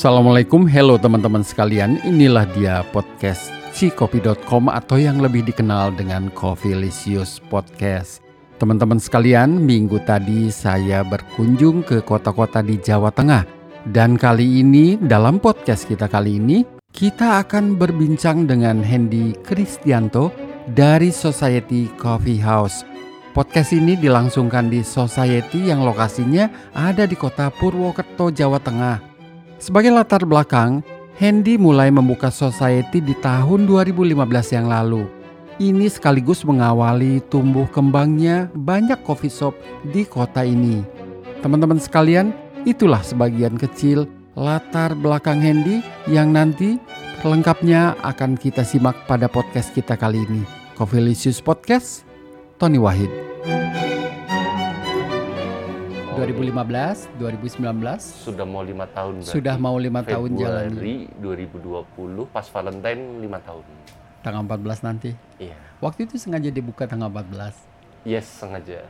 Assalamualaikum, hello teman-teman sekalian. Inilah dia podcast cikopi.com atau yang lebih dikenal dengan Coffeelicious Podcast. Teman-teman sekalian, minggu tadi saya berkunjung ke kota-kota di Jawa Tengah. Dan kali ini, dalam podcast kita kali ini, kita akan berbincang dengan Hendy Kristianto dari Society Coffee House. Podcast ini dilangsungkan di Society yang lokasinya ada di kota Purwokerto, Jawa Tengah. Sebagai latar belakang, Hendy mulai membuka Society di tahun 2015 yang lalu. Ini sekaligus mengawali tumbuh kembangnya banyak coffee shop di kota ini. Teman-teman sekalian, itulah sebagian kecil latar belakang Hendy yang nanti lengkapnya akan kita simak pada podcast kita kali ini. Coffeelicious Podcast, Tony Wahid. 2015, 2019 sudah mau 5 tahun berarti. Sudah mau 5 tahun jalan. Februari 2020 pas Valentine 5 tahun. Tanggal 14 nanti. Iya. Waktu itu sengaja dibuka tanggal 14. Yes, sengaja.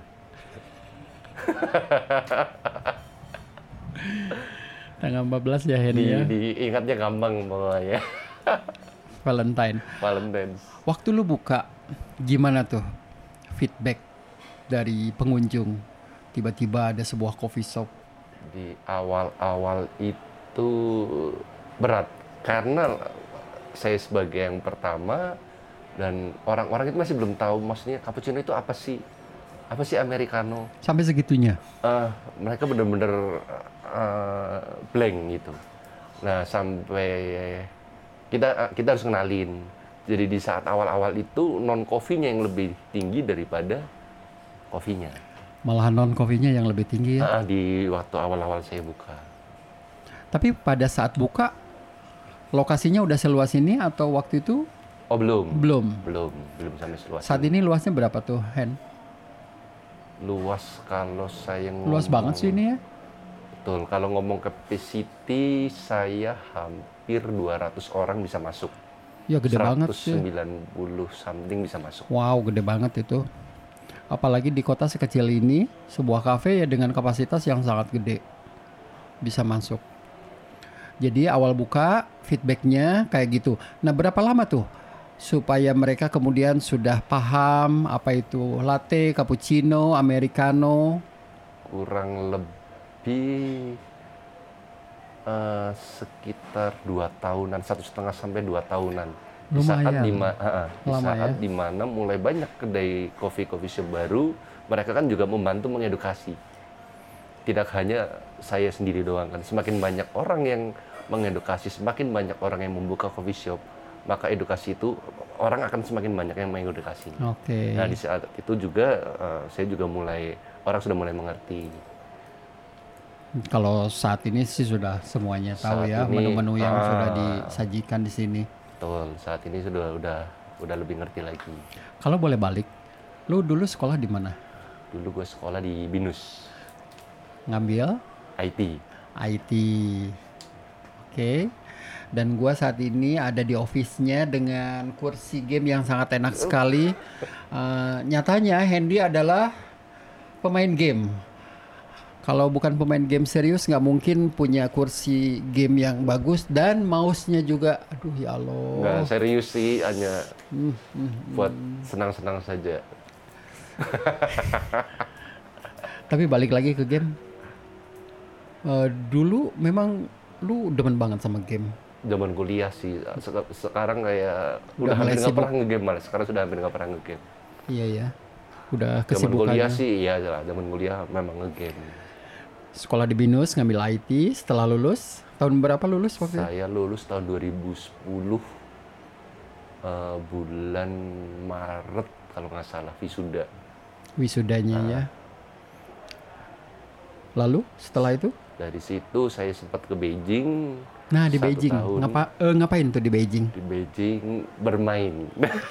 Tanggal 14 ya Hendy ya. Diingatnya gampang pokoknya. Valentine. Waktu lu buka, gimana tuh feedback dari pengunjung? Tiba-tiba ada sebuah coffee shop. Di awal-awal itu berat karena saya sebagai yang pertama dan orang-orang itu masih belum tahu maksudnya cappuccino itu apa sih americano. Sampai segitunya. Mereka benar-benar blank gitu. Nah sampai kita harus kenalin. Jadi di saat awal-awal itu non coffee-nya yang lebih tinggi daripada kopinya. Malahan non coffee-nya yang lebih tinggi ya? Di waktu awal-awal saya buka. Tapi pada saat buka, lokasinya udah seluas ini atau waktu itu? Oh belum sampai seluas. Saat ini luasnya berapa tuh, Hen? Luas kalau saya ngomong. Luas banget sih ini ya? Betul, kalau ngomong capacity saya hampir 200 orang bisa masuk. Ya gede banget sih. 190 something bisa masuk. Wow, gede banget itu. Apalagi di kota sekecil ini, sebuah kafe ya dengan kapasitas yang sangat gede bisa masuk. Jadi awal buka feedbacknya kayak gitu. Nah berapa lama tuh supaya mereka kemudian sudah paham apa itu latte, cappuccino, americano? Kurang lebih sekitar 2 tahunan, 1,5 sampai 2 tahunan. Di saat dimana mulai banyak kedai coffee shop baru, mereka kan juga membantu mengedukasi. Tidak hanya saya sendiri doang kan, semakin banyak orang yang mengedukasi, semakin banyak orang yang membuka coffee shop, maka edukasi itu orang akan semakin banyak yang mengedukasi. Oke. Nah di saat itu juga saya juga orang sudah mulai mengerti. Kalau saat ini sih sudah semuanya tahu ya menu-menu yang sudah disajikan di sini. Betul, saat ini udah lebih ngerti lagi. Kalau boleh balik, lu dulu sekolah di mana? Dulu gue sekolah di BINUS. Ngambil? IT. Oke. Dan gue saat ini ada di office-nya dengan kursi game yang sangat enak sekali. Nyatanya Hendy adalah pemain game. Kalau bukan pemain game serius nggak mungkin punya kursi game yang bagus dan mouse-nya juga. Aduh ya Allah. Nggak serius sih, hanya buat senang-senang saja. Tapi balik lagi ke game. Dulu memang lu demen banget sama game. Zaman kuliah sih. Sekarang kayak udah hampir nggak pernah ngegame malah. Sekarang sudah hampir nggak pernah ngegame. Iya ya. Udah kesibukannya. Zaman kuliah sih iya lah. Zaman kuliah memang ngegame. Sekolah di BINUS ngambil IT, setelah lulus, tahun berapa lulus waktu itu? Saya lulus tahun 2010, bulan Maret kalau nggak salah, Wisudanya ya. Lalu setelah itu? Dari situ saya sempat ke Beijing. Nah di Beijing, ngapain tuh di Beijing? Di Beijing bermain.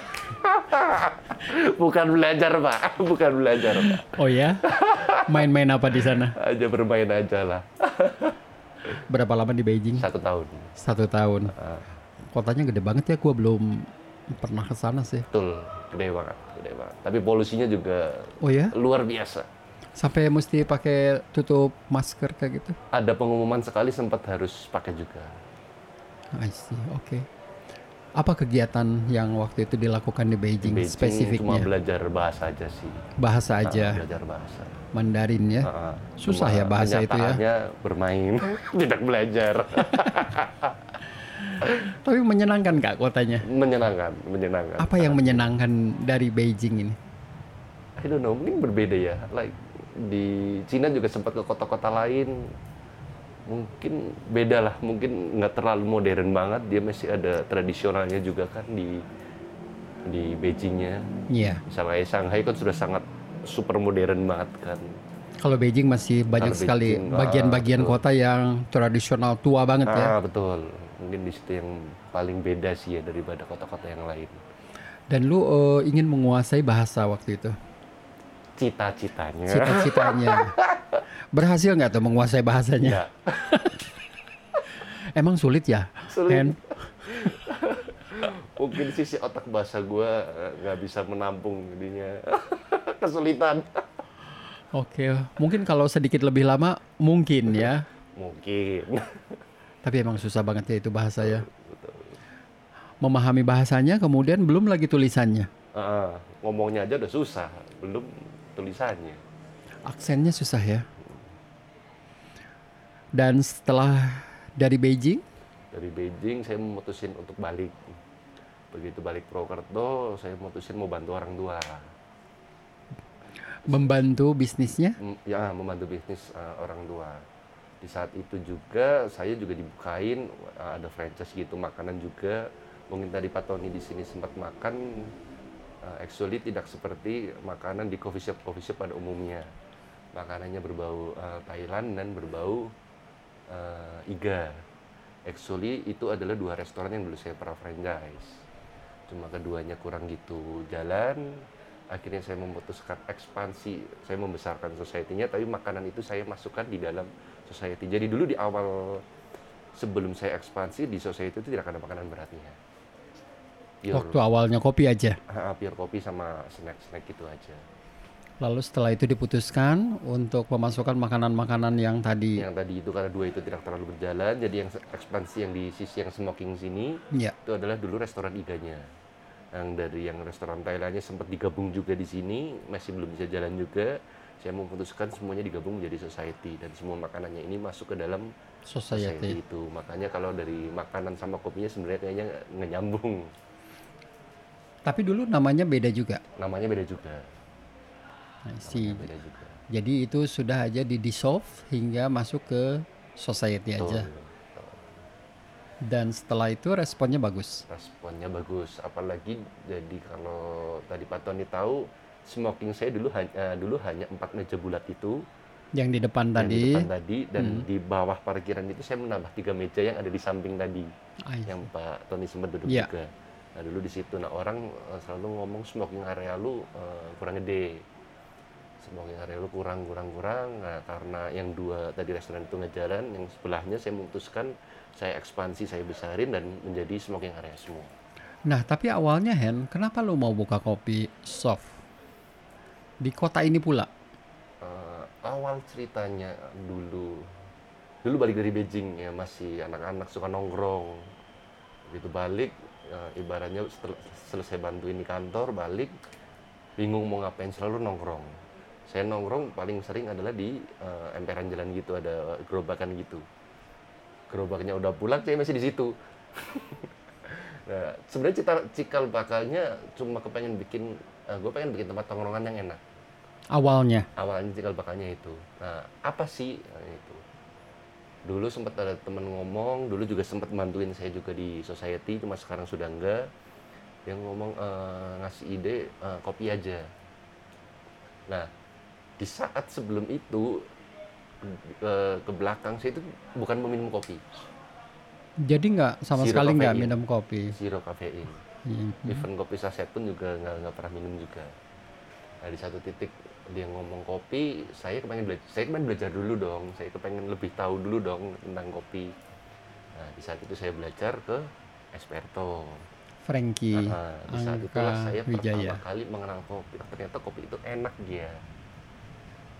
Bukan belajar Pak. Oh ya? Main-main apa di sana? Aja bermain aja lah. Berapa lama di Beijing? 1 tahun. 1 tahun. Kotanya gede banget ya, gua belum pernah ke sana sih. Betul, gede banget. Tapi polusinya juga luar biasa. Sampai mesti pakai tutup masker kayak gitu? Ada pengumuman sekali sempat harus pakai juga. I see, oke. Apa kegiatan yang waktu itu dilakukan di Beijing, Di Beijing spesifiknya? cuma belajar bahasa aja sih. Bahasa aja, Belajar bahasa. Mandarin ya? Susah ya bahasa itu ya? Kenyataannya bermain, tidak belajar. Tapi menyenangkan Kak kotanya? Menyenangkan. Apa yang menyenangkan dari Beijing ini? I don't know, mungkin berbeda ya. Like di Cina juga sempat ke kota-kota lain, mungkin beda lah, mungkin nggak terlalu modern banget, dia masih ada tradisionalnya juga kan di Beijingnya. Iya. Misalnya Shanghai kan sudah sangat super modern banget kan. Kalau Beijing masih banyak sekali bagian-bagian kota yang tradisional tua banget ya. Betul, mungkin di situ yang paling beda sih ya daripada kota-kota yang lain. Dan lu ingin menguasai bahasa waktu itu? Cita-citanya. Berhasil nggak tuh menguasai bahasanya? Emang sulit ya? Sulit. Mungkin sisi otak bahasa gue nggak bisa menampung jadinya kesulitan. Oke, mungkin kalau sedikit lebih lama mungkin ya. Mungkin. Tapi emang susah banget ya itu bahasa ya. Memahami bahasanya, kemudian belum lagi tulisannya. Ngomongnya aja udah susah, belum tulisannya. Aksennya susah ya. Dan setelah dari Beijing? Dari Beijing saya memutusin untuk balik. Begitu balik Purwokerto, saya memutusin mau bantu orang tua. Membantu bisnisnya? Ya, membantu bisnis orang tua. Di saat itu juga saya juga dibukain ada franchise gitu, makanan juga. Mungkin tadi Pak Tony di sini sempat makan, actually tidak seperti makanan di coffee shop pada umumnya. Makanannya berbau Thailand dan berbau iga. Actually itu adalah 2 restoran yang dulu saya pernah franchise. Cuma keduanya kurang gitu jalan. Akhirnya saya memutuskan ekspansi, saya membesarkan society-nya, tapi makanan itu saya masukkan di dalam society. Jadi dulu di awal sebelum saya ekspansi di society itu tidak ada makanan beratnya. Waktu awalnya kopi aja? Pure kopi sama snack-snack gitu aja. Lalu setelah itu diputuskan untuk memasukkan makanan-makanan yang tadi? Yang tadi itu karena 2 itu tidak terlalu berjalan, jadi yang ekspansi yang di sisi yang smoking sini, itu adalah dulu restoran iganya. Yang dari yang restoran Thailandnya sempat digabung juga di sini, masih belum bisa jalan juga. Saya memutuskan semuanya digabung menjadi society dan semua makanannya ini masuk ke dalam society itu. Makanya kalau dari makanan sama kopinya sebenarnya kayaknya nggak nyambung. Tapi dulu namanya beda juga? Namanya beda juga. Beda juga. Jadi itu sudah aja di dissolve hingga masuk ke society aja. Dan setelah itu responnya bagus? Responnya bagus, apalagi jadi kalau tadi Pak Tony tahu, smoking saya dulu hanya 4 meja bulat itu. Yang di depan tadi. Dan di bawah parkiran itu saya menambah 3 meja yang ada di samping tadi. Yang Pak Tony sempat duduk juga. Nah dulu di situ, orang selalu ngomong smoking area lu kurang gede. Smoking area lu kurang. Nah, karena yang 2 tadi restoran itu nggak jalan, yang sebelahnya saya memutuskan saya ekspansi, saya besarin dan menjadi smoking area semua. Nah, tapi awalnya kenapa lu mau buka kopi shop di kota ini pula? Awal ceritanya dulu balik dari Beijing ya, masih anak-anak suka nongkrong. Begitu balik, ibaratnya selesai bantuin di kantor, balik bingung mau ngapain, selalu nongkrong. Saya nongkrong paling sering adalah di emperan jalan gitu, ada gerobakan gitu. Gerobaknya udah pulang, saya masih di situ. Nah, sebenarnya cikal bakalnya cuma gue pengen bikin tempat tongkrongan yang enak. Awalnya cikal bakalnya itu. Nah, apa sih itu? Dulu sempat ada teman ngomong, dulu juga sempat bantuin saya juga di society, cuma sekarang sudah enggak. Yang ngomong ngasih ide kopi aja. Nah, di saat sebelum itu ke belakang saya itu bukan meminum kopi. Jadi sama sekali nggak minum kopi. Zero kafein. Even kopi saset pun juga nggak pernah minum juga. Nah, di satu titik dia ngomong kopi, saya kepengen belajar dulu dong. Saya kepengen lebih tahu dulu dong tentang kopi. Nah, di saat itu saya belajar ke Esperto. Frankie. Di saat itulah saya pertama kali mengenal kopi. Ternyata kopi itu enak dia.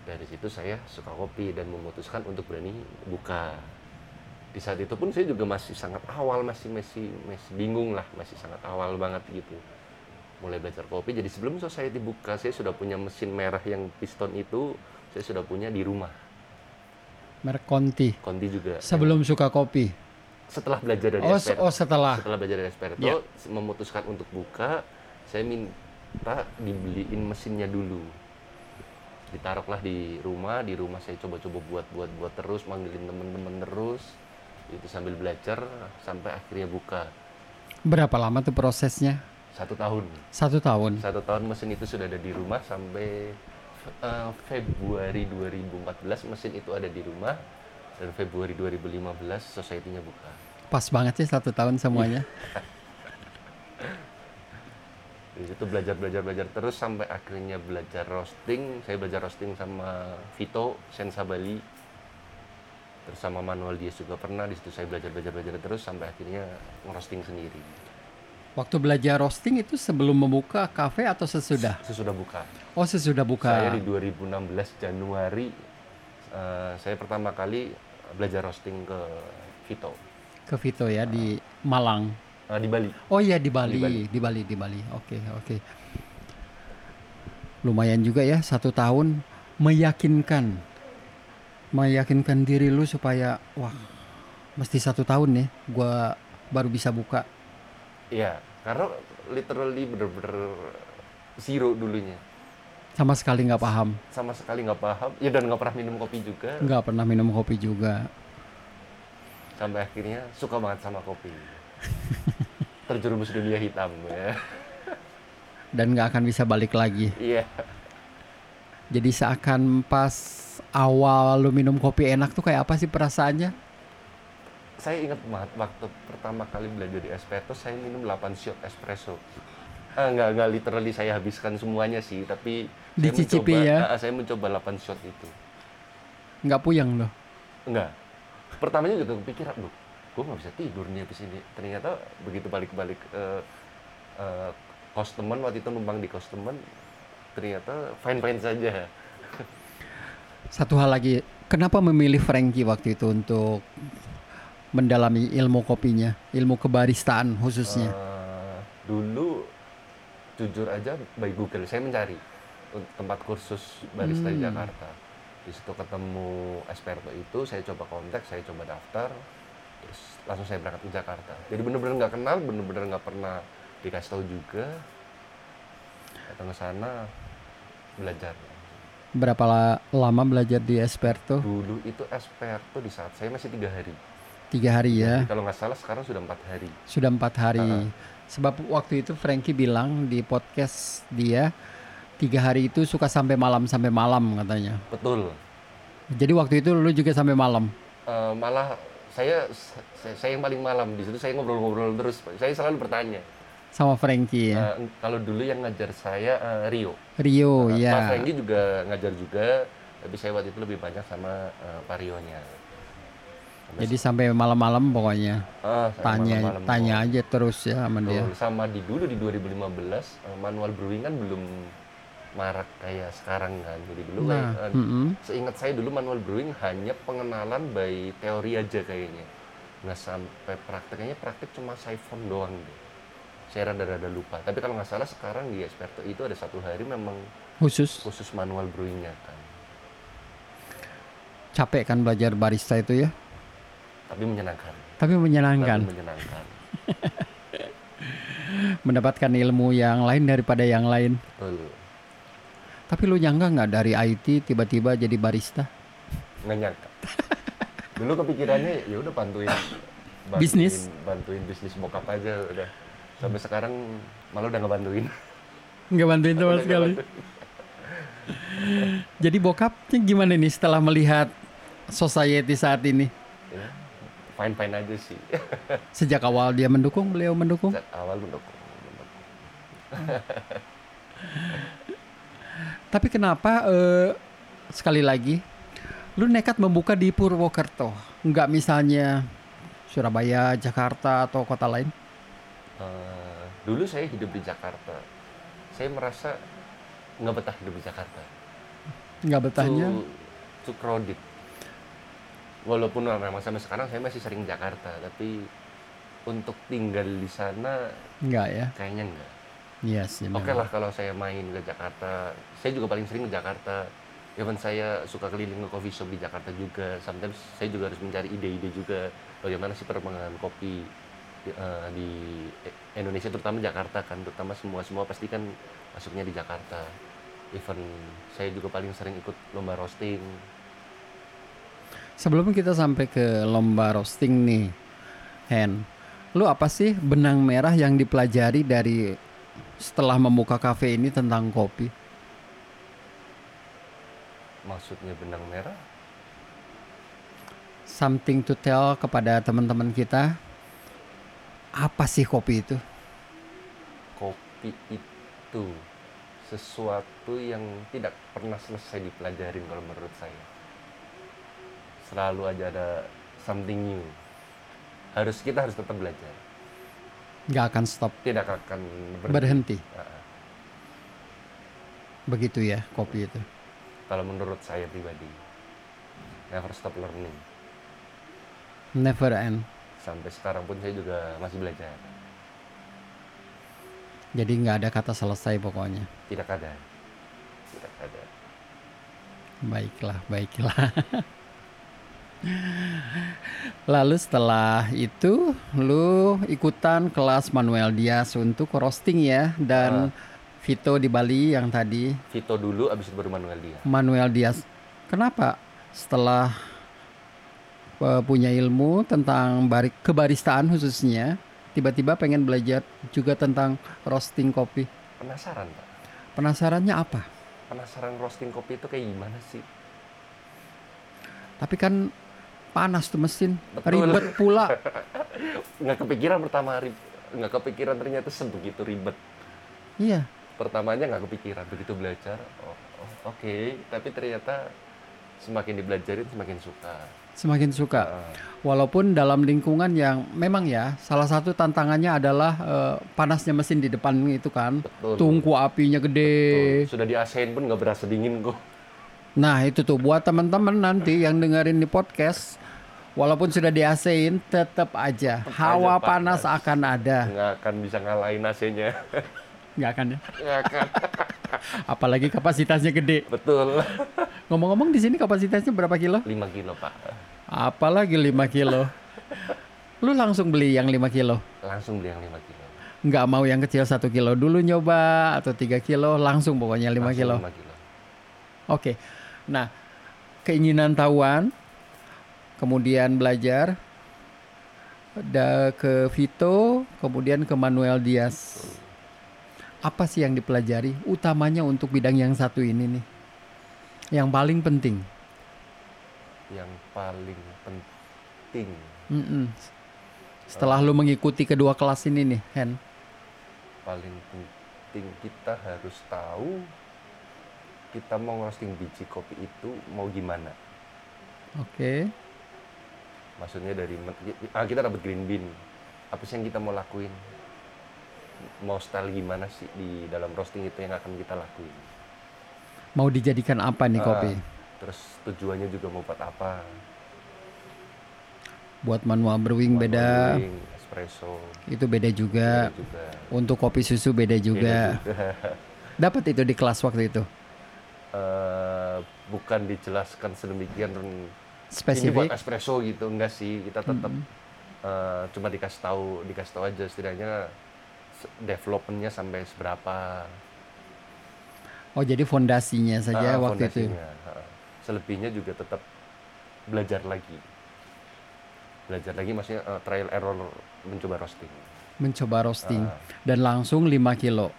Dari situ saya suka kopi dan memutuskan untuk berani buka. Di saat itu pun saya juga masih sangat awal, masih bingung lah, masih sangat awal banget gitu. Mulai belajar kopi, jadi sebelum society buka, saya sudah punya mesin merah yang piston itu, saya sudah punya di rumah. Merek Conti. Conti juga. Sebelum suka kopi? Setelah belajar dari Esperto. Setelah belajar dari Esperto, memutuskan untuk buka, saya minta dibeliin mesinnya dulu. Ditaruhlah di rumah saya coba-coba buat terus, manggilin temen-temen terus, itu sambil belajar sampai akhirnya buka. Berapa lama tuh prosesnya? 1 tahun. 1 tahun. 1 tahun mesin itu sudah ada di rumah sampai Februari 2014 mesin itu ada di rumah, dan Februari 2015 society-nya buka. Pas banget sih 1 tahun semuanya. Itu belajar terus sampai akhirnya belajar roasting. Saya belajar roasting sama Vito Sensa Bali, terus sama Manuel Diaz juga pernah. Di situ saya belajar terus sampai akhirnya ngerosting sendiri. Waktu belajar roasting itu sebelum membuka kafe atau sesudah? Sesudah buka. Oh, sesudah buka. Saya di 2016 Januari saya pertama kali belajar roasting ke Vito. Ke Vito ya, di Malang. Di Bali. Oh iya, di Bali. Oke. Lumayan juga ya 1 tahun meyakinkan diri lu supaya wah mesti 1 tahun nih gua baru bisa buka. Iya, karena literally bener-bener zero dulunya. Sama sekali nggak paham. Ya, dan nggak pernah minum kopi juga. Sampai akhirnya suka banget sama kopi. Terjerumus dunia hitam ya. Dan nggak akan bisa balik lagi. Iya. Jadi seakan pas awal lu minum kopi enak tuh kayak apa sih perasaannya? Saya ingat banget waktu pertama kali belajar di Esperto, saya minum 8 shot espresso. Nggak literally saya habiskan semuanya sih, tapi dicicipi saya mencoba 8 shot itu. Nggak puyeng loh? Nggak. Pertamanya juga kepikiran, loh, gue nggak bisa tidur nih habis ini. Ternyata begitu balik kos teman, waktu itu numpang di kos teman, ternyata fine saja. Satu hal lagi, kenapa memilih Frankie waktu itu untuk mendalami ilmu kopinya, ilmu kebaristaan khususnya? Dulu jujur aja by Google saya mencari tempat kursus barista di Jakarta. Di situ ketemu Esperto itu, saya coba kontak, saya coba daftar, terus langsung saya berangkat ke Jakarta. Jadi bener-bener nggak kenal, bener-bener nggak pernah dikasih tahu juga. Datang ke sana belajar. Berapa lama belajar di Esperto? Dulu itu Esperto di saat saya masih 3 hari. 3 hari ya? Kalau nggak salah sekarang sudah 4 hari. Sudah 4 hari. Sebab waktu itu Frankie bilang di podcast dia 3 hari itu suka sampai malam katanya. Betul. Jadi waktu itu lu juga sampai malam? Malah saya yang paling malam. Di situ saya ngobrol-ngobrol terus. Saya selalu bertanya. Sama Frankie ya? Kalau dulu yang ngajar saya Rio, ya. Pak Frankie juga ngajar juga. Tapi saya waktu itu lebih banyak sama Pak Rio-nya. Jadi sampai malam-malam pokoknya. Tanya aja terus ya sama dia. Sama dulu di 2015 manual brewing kan belum marak kayak sekarang kan. Jadi dulu seingat saya dulu manual brewing hanya pengenalan by teori aja kayaknya. Nggak sampai prakteknya, praktek cuma siphon doang deh. Saya rada-rada lupa. Tapi kalau nggak salah sekarang di Esperto itu ada 1 hari memang khusus manual brewingnya kan. Capek kan belajar barista itu ya? Tapi menyenangkan. Mendapatkan ilmu yang lain daripada yang lain. Betul. Tapi lu nyangka nggak dari IT tiba-tiba jadi barista? Nggak nyangka. Dulu kepikirannya ya udah bantuin bisnis bokap aja udah. Sampai sekarang malah udah nggak bantuin. Nggak bantuin sama sekali. Jadi bokapnya gimana nih setelah melihat society saat ini? Ya, fine aja sih. Sejak awal dia beliau mendukung? Sejak awal mendukung. Tapi kenapa sekali lagi lu nekat membuka di Purwokerto, nggak misalnya Surabaya, Jakarta atau kota lain? Dulu saya hidup di Jakarta. Saya merasa nggak betah hidup di Jakarta. Nggak betahnya? Too crowded. Walaupun memang sampai sekarang saya masih sering Jakarta, tapi untuk tinggal di sana nggak ya? Kayaknya enggak. Iya sih. Oke lah kalau saya main ke Jakarta, saya juga paling sering ke Jakarta. Even saya suka keliling ke coffee shop di Jakarta juga. Sometimes saya juga harus mencari ide-ide juga bagaimana sih perkembangan kopi di Indonesia, terutama Jakarta kan, terutama semua pasti kan masuknya di Jakarta. Even saya juga paling sering ikut lomba roasting. Sebelum kita sampai ke lomba roasting nih, Hen, lu apa sih benang merah yang dipelajari dari setelah membuka kafe ini tentang kopi? Maksudnya benang merah? Something to tell kepada teman-teman kita. Apa sih kopi itu? Kopi itu sesuatu yang tidak pernah selesai dipelajarin kalau menurut saya. Selalu aja ada something new. Kita harus tetap belajar. Nggak akan stop. Tidak akan berhenti. Begitu ya kopi itu. Kalau menurut saya pribadi, never stop learning. Never end. Sampai sekarang pun saya juga masih belajar. Jadi nggak ada kata selesai pokoknya. Tidak ada. Baiklah. Lalu setelah itu lu ikutan kelas Manuel Diaz untuk roasting ya, dan Vito di Bali yang tadi. Vito dulu, abis itu baru Manuel Diaz. Kenapa setelah punya ilmu tentang kebaristaan khususnya, tiba-tiba pengen belajar juga tentang roasting kopi? Penasaran, Pak. Penasarannya apa? Penasaran roasting kopi itu kayak gimana sih? Tapi kan panas tuh mesin. Betul. Ribet pula. Nggak kepikiran ternyata sebegitu ribet. Iya. Pertamanya nggak kepikiran, begitu belajar, oke. Tapi ternyata semakin dibelajarin semakin suka. Walaupun dalam lingkungan yang memang ya, salah satu tantangannya adalah panasnya mesin di depan itu kan. Betul. Tungku apinya gede. Betul. Sudah di AC-in pun nggak berasa dingin kok. Nah itu tuh buat teman-teman nanti yang dengerin di podcast, walaupun sudah di AC-in tetap aja hawa panas akan ada. Nggak akan bisa ngalahin AC-nya. Nggak akan ya? Nggak akan. Apalagi kapasitasnya gede. Betul. Ngomong-ngomong di sini kapasitasnya berapa kilo? 5 kilo, Pak. Apalagi 5 kilo. Lu langsung beli yang 5 kilo? Langsung beli yang 5 kilo. Nggak mau yang kecil 1 kilo dulu nyoba, atau 3 kilo, langsung pokoknya 5 kilo? 5 kilo. Oke. Nah, keinginan tahuan, kemudian belajar, ke Vito, kemudian ke Manuel Diaz. Apa sih yang dipelajari utamanya untuk bidang yang satu ini nih? Yang paling penting? Yang paling penting. Setelah lu mengikuti kedua kelas ini nih, Hen. Paling penting kita harus tahu kita mau roasting biji kopi itu mau gimana. Oke. Maksudnya kita dapat green bean. Apa sih yang kita mau lakuin? Mau style gimana sih di dalam roasting itu yang akan kita lakuin? Mau dijadikan apa nih kopi? Terus tujuannya juga mau buat apa? Buat manual brewing beda. Espresso. Itu beda juga. Untuk kopi susu beda juga. Dapat itu di kelas waktu itu? Bukan dijelaskan sedemikian spesifik. Ini buat espresso gitu, enggak sih. Kita tetap cuma dikasih tahu aja setidaknya developmentnya sampai seberapa. Oh jadi fondasinya saja waktu itu. Selebihnya juga tetap belajar lagi maksudnya trial error mencoba roasting. Dan langsung 5 kilo.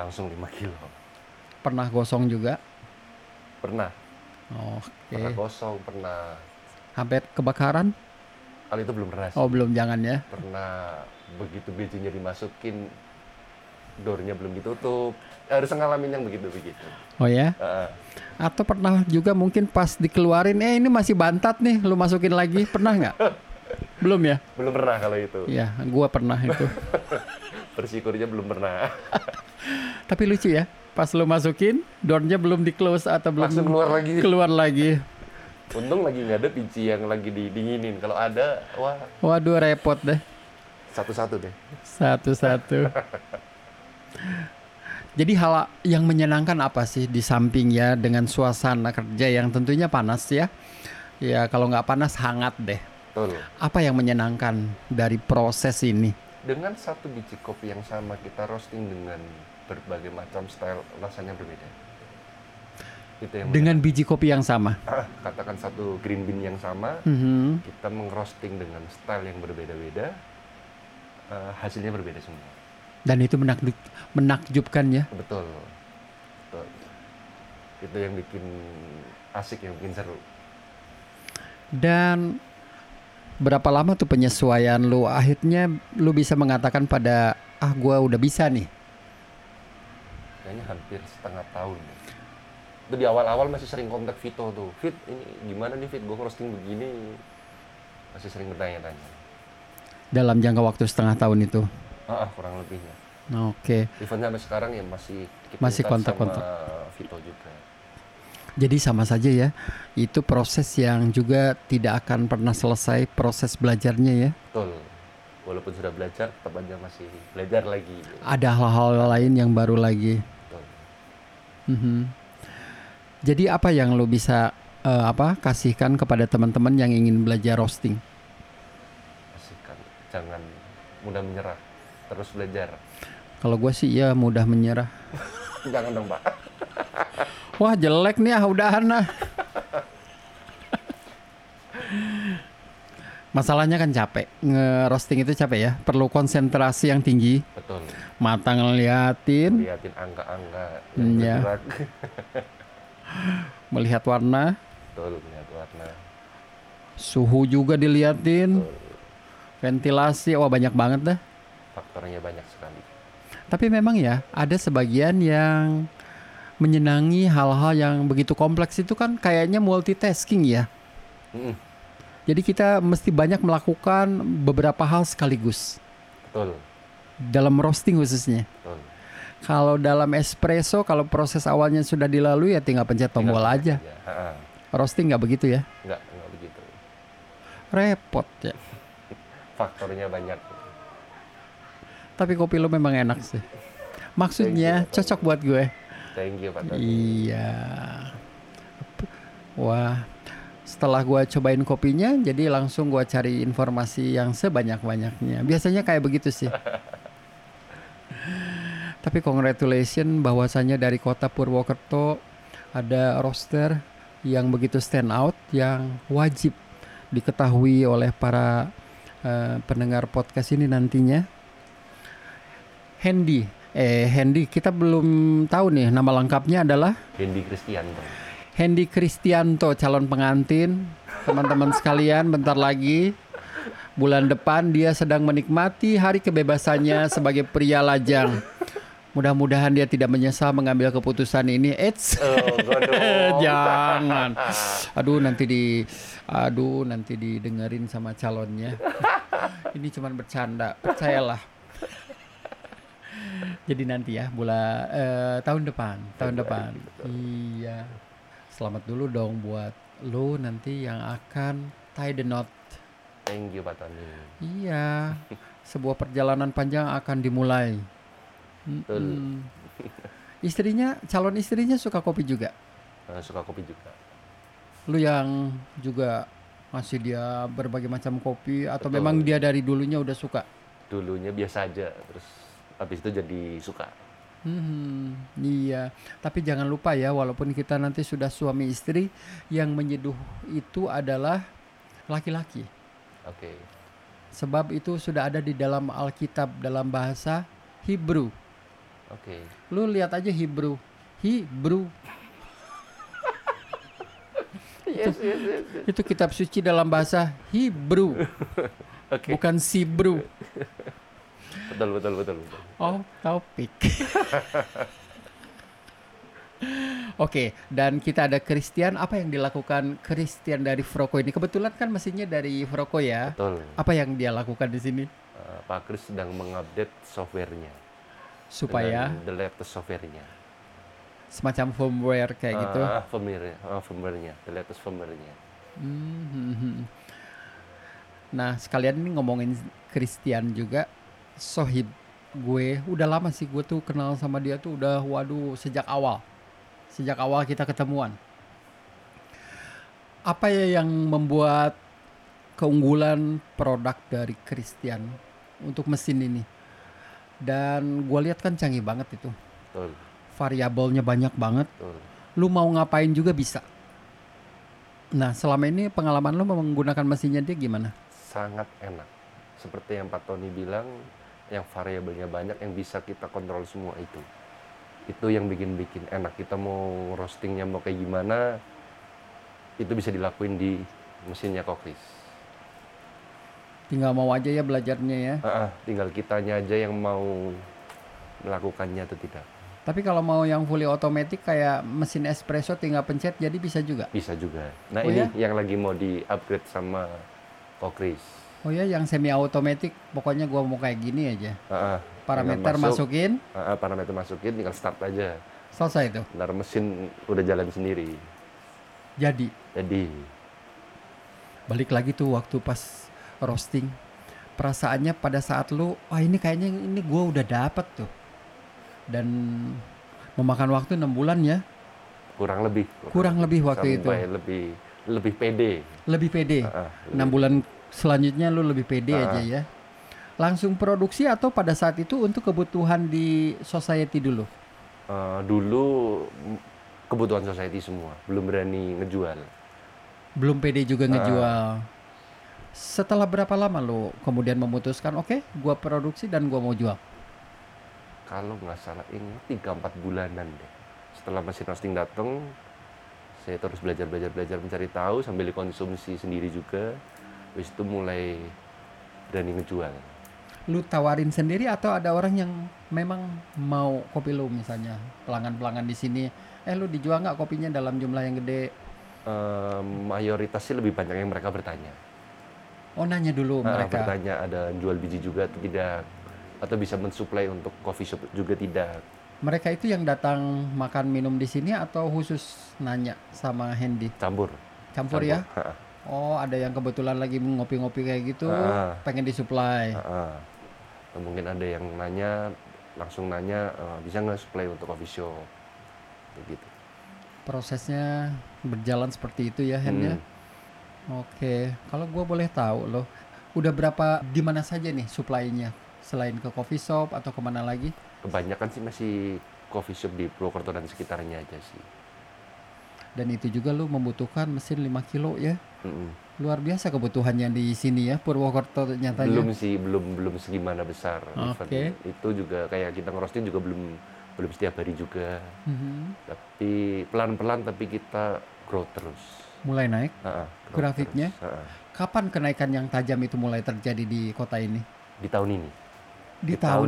Pernah gosong juga? Pernah. Pernah gosong, pernah. Hampir kebakaran? Kalau itu belum pernah sih. Oh belum, jangan ya. Pernah begitu bijinya dimasukin, doornya belum ditutup. Harus ngalamin yang begitu-begitu. Oh ya? Atau pernah juga mungkin pas dikeluarin, ini masih bantat nih, lu masukin lagi. Pernah nggak? Belum ya? Belum pernah kalau itu. Iya, gua pernah itu. Bersyukurnya belum pernah. Tapi lucu ya, Pas lu masukin, door-nya belum di-close atau belum langsung keluar lagi. Untung lagi nggak ada biji yang lagi didinginin. Kalau ada, wah. Waduh, repot deh. Satu-satu deh. Satu-satu. Jadi hal yang menyenangkan apa sih di samping ya dengan suasana kerja yang tentunya panas ya? Ya kalau nggak panas hangat deh. Betul. Apa yang menyenangkan dari proses ini? Dengan satu biji kopi yang sama kita roasting dengan berbagai macam style, rasanya berbeda. Itu yang dengan biji kopi yang sama. Katakan satu green bean yang sama, kita mengroasting dengan style yang berbeda-beda, hasilnya berbeda semua. Dan itu menakjubkan ya. Betul. Itu yang bikin asik, yang bikin seru. Dan berapa lama tuh penyesuaian lu? Akhirnya lu bisa mengatakan pada gua udah bisa nih. Kayaknya hampir setengah tahun. Itu di awal-awal masih sering kontak Vito tuh. Fit, ini gimana nih Fit, gue roasting begini. Masih sering bertanya-tanya. Dalam jangka waktu setengah tahun itu? Kurang lebihnya. Oke. Even sampai sekarang ya masih kontak-kontak sama Vito juga. Jadi sama saja ya. Itu proses yang juga tidak akan pernah selesai, proses belajarnya ya. Betul. Walaupun sudah belajar, tetap aja masih belajar lagi. Ada hal-hal lain yang baru lagi. Betul. Jadi apa yang lo bisa kasihkan kepada teman-teman yang ingin belajar roasting? Kasihkan, jangan mudah menyerah, terus belajar. Kalau gue sih ya mudah menyerah. Jangan dong Pak. Wah jelek nih udahan lah. Masalahnya kan capek, nge-roasting itu capek ya, perlu konsentrasi yang tinggi. Betul. Mata ngeliatin angka-angka yang bergerak. Melihat warna. Betul, melihat warna. Suhu juga diliatin. Betul. Ventilasi, wah banyak banget dah. Faktornya banyak sekali. Tapi memang ya, ada sebagian yang menyenangi hal-hal yang begitu kompleks itu kan kayaknya multitasking ya. Jadi kita mesti banyak melakukan beberapa hal sekaligus. Betul. Dalam roasting khususnya. Betul. Kalau dalam espresso, kalau proses awalnya sudah dilalui ya tinggal pencet tombol aja. Roasting nggak begitu ya? Nggak begitu. Repot ya. Faktornya banyak. Tapi kopi lo memang enak sih. Maksudnya cocok buat gue. Thank you Pak Tony. Iya. Wah. Setelah gue cobain kopinya, jadi langsung gue cari informasi yang sebanyak-banyaknya. Biasanya kayak begitu sih. Tapi congratulations bahwasanya dari kota Purwokerto ada roaster yang begitu stand out, yang wajib diketahui oleh para pendengar podcast ini nantinya. Hendy, kita belum tahu nih nama lengkapnya adalah Hendy Kristianto. Hendy Kristianto, calon pengantin. Teman-teman sekalian, bentar lagi bulan depan dia sedang menikmati hari kebebasannya sebagai pria lajang. Mudah-mudahan dia tidak menyesal mengambil keputusan ini. Jangan. Nanti didengerin sama calonnya. Ini cuma bercanda, percayalah. Jadi nanti ya tahun depan. Iya. Selamat dulu dong buat lo nanti yang akan tie the knot. Thank you Pak Tony. Iya. Sebuah perjalanan panjang akan dimulai. Betul. Calon istrinya suka kopi juga? Suka kopi juga. Lu yang juga ngasih dia berbagai macam kopi atau Betul. memang dia dari dulunya udah suka? Dulunya biasa aja, terus habis itu jadi suka. Iya, tapi jangan lupa ya, walaupun kita nanti sudah suami istri, yang menyeduh itu adalah laki-laki. Oke. Sebab itu sudah ada di dalam Alkitab dalam bahasa Hebrew. Oke. Lu lihat aja Hebrew. Yes. Itu kitab suci dalam bahasa Hebrew. Okay. Bukan Sibru. Betul. Oh, topik. Oke, dan kita ada Christian. Apa yang dilakukan Christian dari Froko ini? Kebetulan kan mesinnya dari Froko ya. Betul. Apa yang dia lakukan di sini? Pak Chris sedang mengupdate softwarenya. Supaya the latest softwarenya. semacam firmware kayak gitu. Firmware-nya, the latest firmware-nya. Nah, sekalian ini ngomongin Christian juga, sohib gue, udah lama sih gue tuh kenal sama dia tuh udah, waduh, sejak awal kita ketemuan. Apa ya yang membuat keunggulan produk dari Christian untuk mesin ini? Dan gue lihat kan canggih banget itu. Betul. Variabelnya banyak banget. Betul. Lu mau ngapain juga bisa. Nah, selama ini pengalaman lu menggunakan mesinnya dia gimana? Sangat enak. Seperti yang Pak Tony bilang, yang variabelnya banyak, yang bisa kita kontrol semua itu. Itu yang bikin enak. Kita mau roastingnya mau kayak gimana, itu bisa dilakuin di mesinnya Kokris. Tinggal mau aja ya belajarnya ya. Tinggal kitanya aja yang mau melakukannya atau tidak. Tapi kalau mau yang fully automatic kayak mesin espresso tinggal pencet jadi bisa juga? Bisa juga. Nah, ini yang lagi mau di-upgrade sama Kokris. Oh ya, yang semi automatic pokoknya gua mau kayak gini aja. Parameter masukin. Parameter masukin, tinggal start aja. Selesai itu. Ntar mesin udah jalan sendiri. Jadi. Balik lagi tuh waktu pas roasting. Perasaannya pada saat lu, ini kayaknya ini gua udah dapet tuh. Dan memakan waktu 6 bulan ya. Kurang lebih waktu itu. Sampai lebih pede. Lebih pede. 6 bulan selanjutnya lu lebih pede aja ya. Langsung produksi atau pada saat itu untuk kebutuhan di society dulu? Dulu kebutuhan society semua, belum berani ngejual. Belum pede juga ngejual. Setelah berapa lama lo kemudian memutuskan gua produksi dan gua mau jual? Kalau nggak salah ini 3-4 bulanan deh. Setelah mesin roasting datang, saya terus belajar mencari tahu sambil dikonsumsi sendiri juga. Habis itu mulai berani ngejual. Lu tawarin sendiri atau ada orang yang memang mau kopi lu, misalnya pelanggan di sini, lu dijual nggak kopinya dalam jumlah yang gede? Mayoritas sih lebih banyak yang mereka bertanya. Oh, nanya dulu mereka. Bertanya ada jual biji juga atau tidak, atau bisa mensuplai untuk coffee shop juga tidak. Mereka itu yang datang makan minum di sini atau khusus nanya sama Hendy? Campur ya? Oh, ada yang kebetulan lagi ngopi-ngopi kayak gitu, pengen disuplai. Mungkin ada yang langsung nanya, bisa nggak supply untuk coffee shop? Begitu. Prosesnya berjalan seperti itu ya, Hen ya? Oke, kalau gue boleh tahu loh, udah berapa, di mana saja nih supply-nya? Selain ke coffee shop atau kemana lagi? Kebanyakan sih masih coffee shop di Purwokerto dan sekitarnya aja sih. Dan itu juga lu membutuhkan mesin 5 kilo ya? Luar biasa kebutuhannya di sini ya, Purwokerto nyatanya. Belum segimana besar. Itu juga kayak kita ngerosting juga belum setiap hari juga. Tapi pelan-pelan tapi kita grow terus. Mulai naik grafiknya. Kapan kenaikan yang tajam itu mulai terjadi di kota ini? Di tahun ini. Di tahun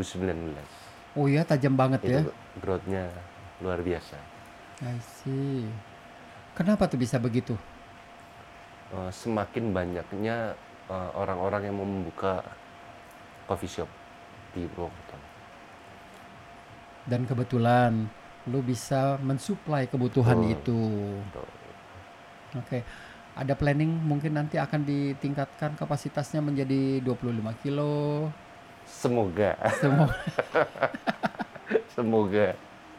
2019. Oh ya, tajam banget itu, ya. Growth-nya luar biasa. I see. Kenapa tuh bisa begitu? Semakin banyaknya orang-orang yang mau membuka coffee shop di Purwokerto. Dan kebetulan lu bisa mensuplai kebutuhan itu. Oke. Ada planning mungkin nanti akan ditingkatkan kapasitasnya menjadi 25 kilo. Semoga. Semoga.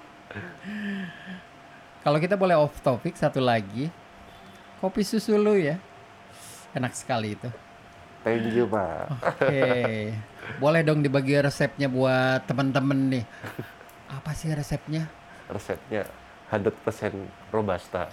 Kalau kita boleh off topic satu lagi, kopi susu lu ya, enak sekali itu. Thank you, Pak. Oke. Boleh dong dibagi resepnya buat teman-teman nih. Apa sih resepnya? Resepnya 100% Robusta.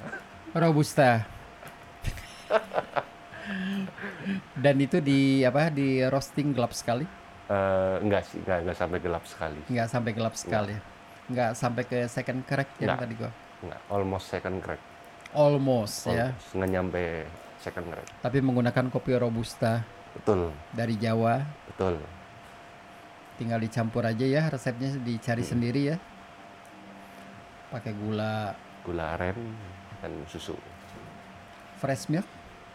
Dan itu di roasting gelap sekali? Enggak sih, enggak sampai gelap sekali. Enggak sampai gelap sekali. Enggak sampai ke second crack yang tadi gua. Enggak, almost second crack. Almost ya. Nggak nyampe second crack. Tapi menggunakan kopi Robusta. Betul. Dari Jawa. Betul. Tinggal dicampur aja ya, resepnya dicari sendiri ya. Pakai gula aren dan susu. Fresh milk?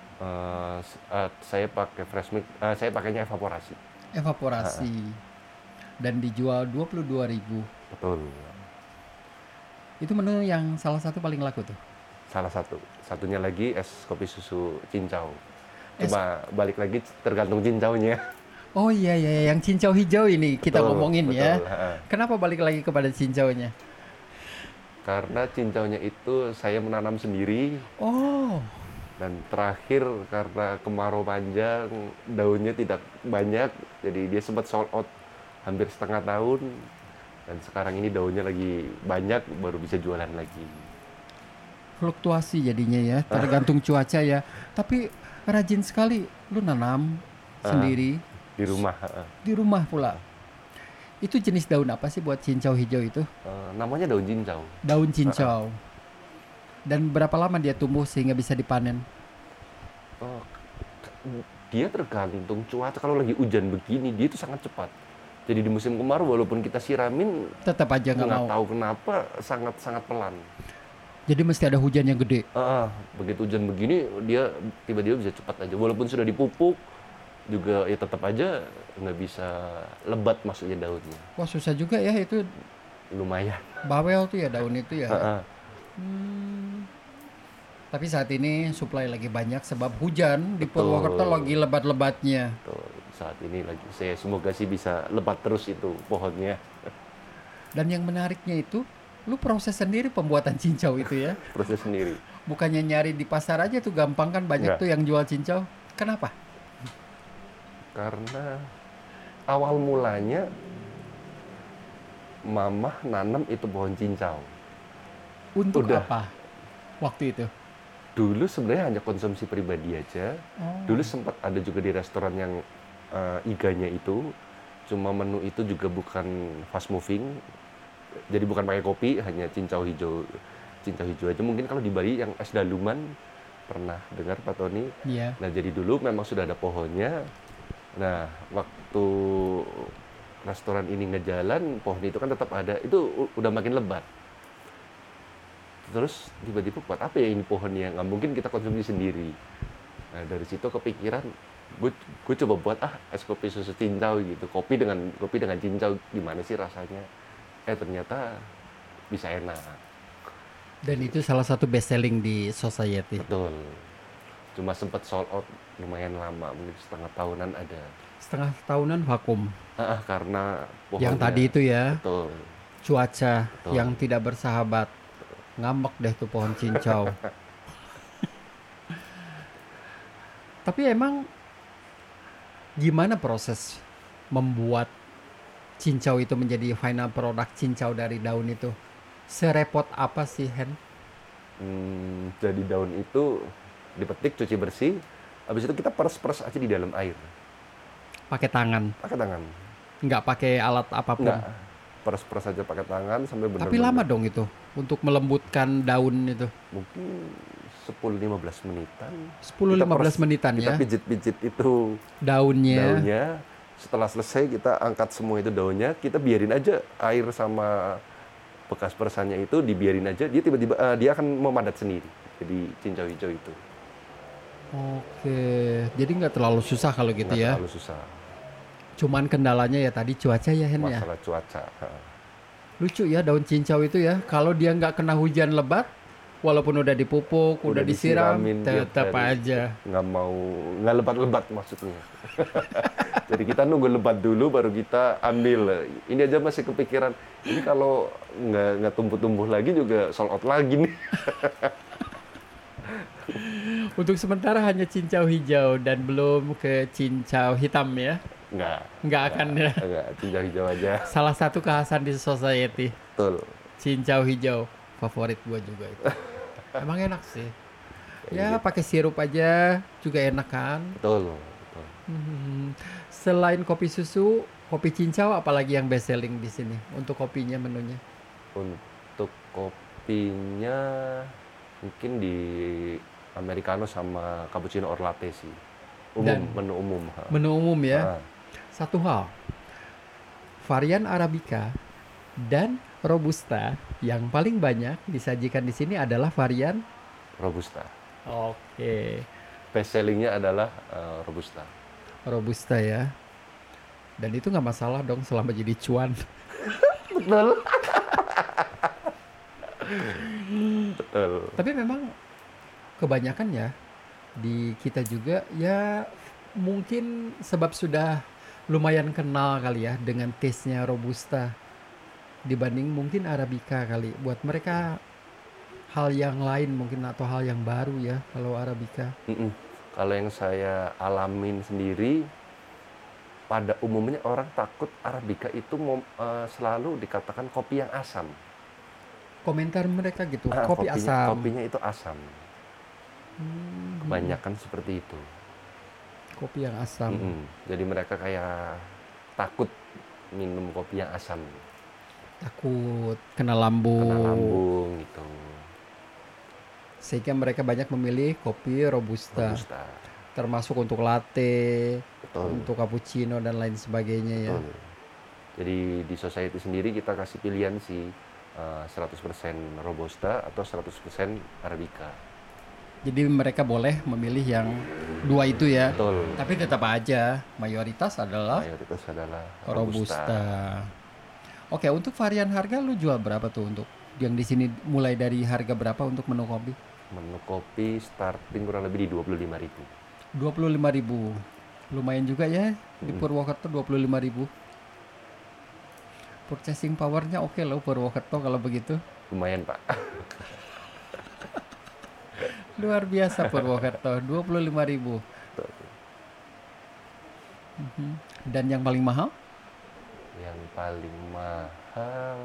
Saya pakai fresh milk. Saya pakainya evaporasi. Dan dijual 22.000. Betul. Itu menu yang salah satu paling laku tuh. Salah satunya lagi es kopi susu cincau. Cuma balik lagi tergantung cincaunya. Oh iya, yang cincau hijau ini kita ngomongin betul. ya. Kenapa balik lagi kepada cincaunya? Karena cincaunya itu saya menanam sendiri. Oh. Dan terakhir karena kemarau panjang, daunnya tidak banyak, jadi dia sempat sold out hampir setengah tahun. Dan sekarang ini daunnya lagi banyak, baru bisa jualan lagi. Fluktuasi jadinya ya, tergantung cuaca ya. Tapi rajin sekali, lu nanam sendiri. Di rumah. Di rumah pula. Itu jenis daun apa sih buat cincau hijau itu? Namanya daun cincau. Daun cincau. Dan berapa lama dia tumbuh sehingga bisa dipanen? Dia tergantung cuaca. Kalau lagi hujan begini, dia itu sangat cepat. Jadi di musim kemarau walaupun kita siramin, tetap aja nggak mau. Tahu kenapa sangat pelan. Jadi mesti ada hujan yang gede. Begitu hujan begini, dia tiba-tiba bisa cepat aja. Walaupun sudah dipupuk, juga ya tetap aja nggak bisa lebat maksudnya daunnya. Wah susah juga ya itu. Lumayan. Bawel tuh ya daun itu ya. Tapi saat ini supply lagi banyak sebab hujan. Di Purwokerto lagi lebat-lebatnya. Saat ini lagi. Semoga sih bisa lebat terus itu pohonnya. Dan yang menariknya itu, lu proses sendiri pembuatan cincau itu ya? Proses sendiri. Bukannya nyari di pasar aja tuh gampang kan, banyak tuh yang jual cincau. Kenapa? Karena awal mulanya mamah nanam itu pohon cincau. Untuk apa waktu itu? Dulu sebenarnya hanya konsumsi pribadi aja. Dulu sempat ada juga di restoran yang iganya itu, cuma menu itu juga bukan fast moving. Jadi bukan pakai kopi, hanya cincau hijau aja. Mungkin kalau di Bali yang es daluman pernah dengar Pak Tony? Iya. Nah jadi dulu memang sudah ada pohonnya. Nah waktu restoran ini ngejalan, pohon itu kan tetap ada. Itu udah makin lebat. Terus tiba-tiba buat apa ya ini pohonnya? Nggak mungkin kita konsumsi sendiri. Nah dari situ kepikiran, gue coba buat es kopi susu cincau gitu. Kopi dengan cincau, gimana sih rasanya? Ternyata bisa enak. Dan itu salah satu best selling di Society. Betul. Cuma sempat sold out lumayan lama, mungkin setengah tahunan ada. Setengah tahunan vakum. Karena pohonnya. Yang tadi itu ya. Betul. Cuaca yang tidak bersahabat. Ngambek deh tuh pohon cincau. Tapi emang gimana proses membuat cincau itu menjadi final product cincau dari daun itu? Serepot apa sih, Hen? Jadi daun itu dipetik, cuci bersih, habis itu kita peres-peres aja di dalam air. Pakai tangan? Pakai tangan. Nggak pakai alat apapun? Nggak, peres-peres aja pakai tangan sampai benar-benar. Tapi lama dong itu untuk melembutkan daun itu? Mungkin 10-15 menitan. 10-15 menitan ya? Kita pijit-pijit itu daunnya. Setelah selesai kita angkat semua itu daunnya, kita biarin aja air sama bekas peresannya itu dibiarin aja, dia tiba-tiba dia akan memadat sendiri. Jadi cincau hijau itu. Oke, jadi nggak terlalu susah kalau gitu ya? Nggak terlalu susah. Cuman kendalanya ya tadi cuaca ya, Hen ya? Masalah cuaca. Lucu ya daun cincau itu ya, kalau dia nggak kena hujan lebat, walaupun udah dipupuk, udah disiram, tetap aja. Nggak lebat-lebat maksudnya. Jadi kita nunggu lebat dulu baru kita ambil. Ini aja masih kepikiran, ini kalau nggak tumbuh-tumbuh lagi juga sold out lagi nih. Untuk sementara hanya cincau hijau dan belum ke cincau hitam ya? Nggak akan ya? Nggak, cincau hijau aja. Salah satu kekhasan di Society. Betul. Cincau hijau, favorit gua juga itu. Emang enak sih. Ya pakai sirup aja juga enak kan? Betul. Selain kopi susu, kopi cincau apalagi yang best selling di sini untuk kopinya menunya? Untuk kopinya mungkin di americano sama cappuccino or latte sih. Menu umum. Menu umum ya. Satu hal, varian arabica dan robusta yang paling banyak disajikan di sini adalah varian robusta. Oke. Best sellingnya adalah robusta. Robusta ya. Dan itu nggak masalah dong selama jadi cuan. Betul. Betul. Tapi memang kebanyakan ya di kita juga ya mungkin sebab sudah lumayan kenal kali ya dengan taste-nya Robusta dibanding mungkin Arabica kali. Buat mereka hal yang lain mungkin atau hal yang baru ya kalau Arabica. Kalau yang saya alamin sendiri, pada umumnya orang takut Arabica itu selalu dikatakan kopi yang asam. Komentar mereka gitu, kopi asam. Kopinya itu asam. Kebanyakan seperti itu. Kopi yang asam. Jadi mereka kayak takut minum kopi yang asam. Takut kena lambung. Kena lambung gitu. Sehingga mereka banyak memilih kopi Robusta. Termasuk untuk latte, untuk cappuccino dan lain sebagainya. Betul. Ya. Jadi di society sendiri kita kasih pilihan sih 100% Robusta atau 100% Arabica. Jadi mereka boleh memilih yang dua itu ya. Betul. Tapi tetap aja mayoritas adalah Robusta. Oke, untuk varian harga lu jual berapa tuh untuk yang di sini mulai dari harga berapa untuk menu kopi? Menu kopi starting kurang lebih di 25.000. 25.000. Lumayan juga ya di Purwokerto 25.000. Purchasing powernya oke loh Purwokerto kalau begitu. Lumayan Pak. Luar biasa Purwokerto 25.000. Dan yang paling mahal? Yang paling mahal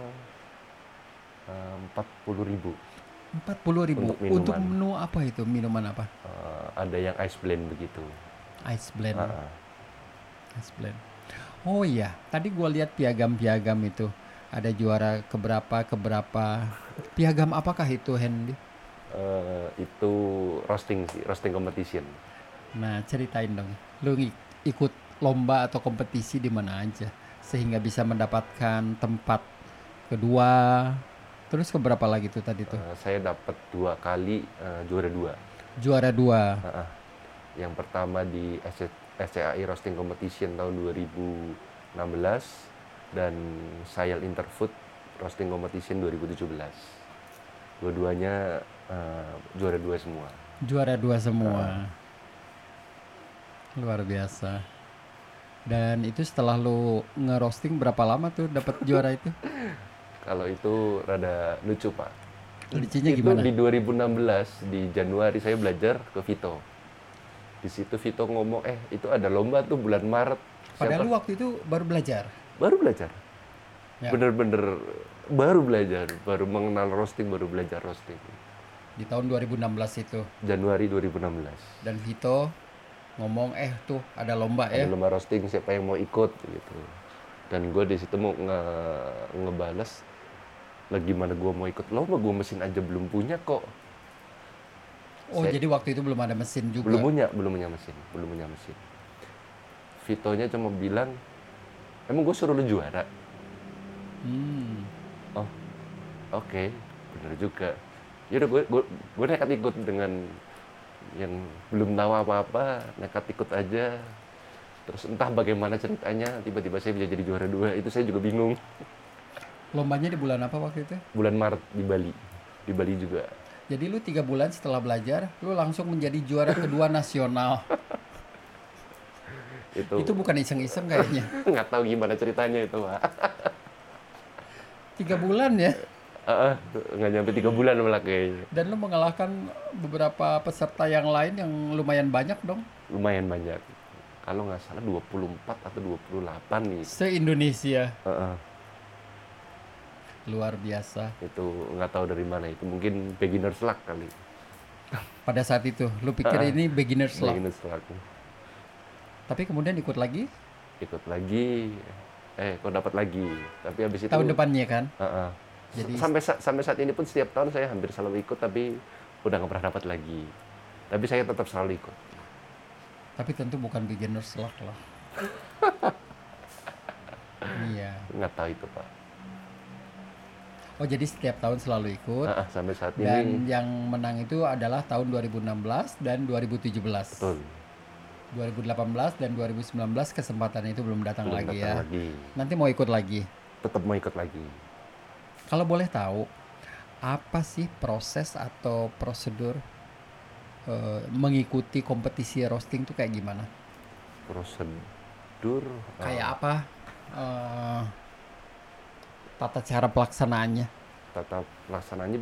40.000. 40.000 untuk menu apa itu? Minuman apa? Ada yang ice blend begitu. Ice blend. Ice blend. Oh iya, tadi gue lihat piagam-piagam itu. Ada juara keberapa. Piagam apakah itu, Hendy? Itu roasting competition. Nah, ceritain dong. Lu ikut lomba atau kompetisi di mana aja sehingga bisa mendapatkan tempat kedua. Terus keberapa lagi tuh tadi tuh? Saya dapat 2 kali juara 2. Juara 2. Yang pertama di SCAI Roasting Competition tahun 2016 dan Sayal Interfood Roasting Competition 2017. Dua-duanya juara 2 semua. Juara 2 semua. Luar biasa. Dan itu setelah lu nge-roasting berapa lama tuh dapat juara itu? Kalau itu rada lucu Pak. Lucunya gimana? Itu di 2016 di Januari saya belajar ke Vito. Di situ Vito ngomong, itu ada lomba tuh bulan Maret. Padahal lu waktu itu baru belajar? Baru belajar. Ya. Bener-bener baru belajar, baru mengenal roasting, baru belajar roasting. Di tahun 2016 itu? Januari 2016. Dan Vito ngomong, tuh ada lomba ya? Ada lomba roasting, siapa yang mau ikut gitu. Dan gue di situ mau ngebales, lagi mana gue mau ikut lomba, gue mesin aja belum punya kok. Jadi waktu itu belum ada mesin juga? Belum punya mesin. Vitonya cuma bilang, emang gue suruh lu juara? Oh, oke, bener juga. Yaudah gue nekat ikut dengan yang belum tahu apa-apa, nekat ikut aja. Terus entah bagaimana ceritanya, tiba-tiba saya bisa jadi juara 2, itu saya juga bingung. Lombanya di bulan apa waktu itu? Bulan Maret di Bali. Di Bali juga. Jadi lu 3 bulan setelah belajar, lu langsung menjadi juara kedua nasional. Itu bukan iseng-iseng kayaknya. Nggak tahu gimana ceritanya itu, Pak. 3 bulan ya? Nggak nyampe 3 bulan malah kayaknya. Dan lu mengalahkan beberapa peserta yang lain yang lumayan banyak dong? Lumayan banyak. Kalau nggak salah 24 atau 28 nih. Se-Indonesia? Luar biasa. Itu nggak tahu dari mana itu, mungkin beginner's luck kali. Pada saat itu, lu pikir ini beginner's luck? Beginner's luck. Tapi kemudian ikut lagi? Ikut lagi, kok dapat lagi. Tapi habis itu tahun depannya kan? Jadi sampai saat ini pun setiap tahun saya hampir selalu ikut, tapi udah nggak pernah dapat lagi. Tapi saya tetap selalu ikut. Tapi tentu bukan beginner's luck lah. Iya. Nggak tahu itu Pak. Oh jadi setiap tahun selalu ikut. Sampai saat ini. Dan yang menang itu adalah tahun 2016 dan 2017. Betul. 2018 dan 2019 kesempatan itu belum datang lagi ya. Lagi. Nanti mau ikut lagi. Tetap mau ikut lagi. Kalau boleh tahu, apa sih proses atau prosedur mengikuti kompetisi roasting tuh kayak gimana? Prosedur Kayak apa tata cara pelaksanaannya? tata pelaksanaannya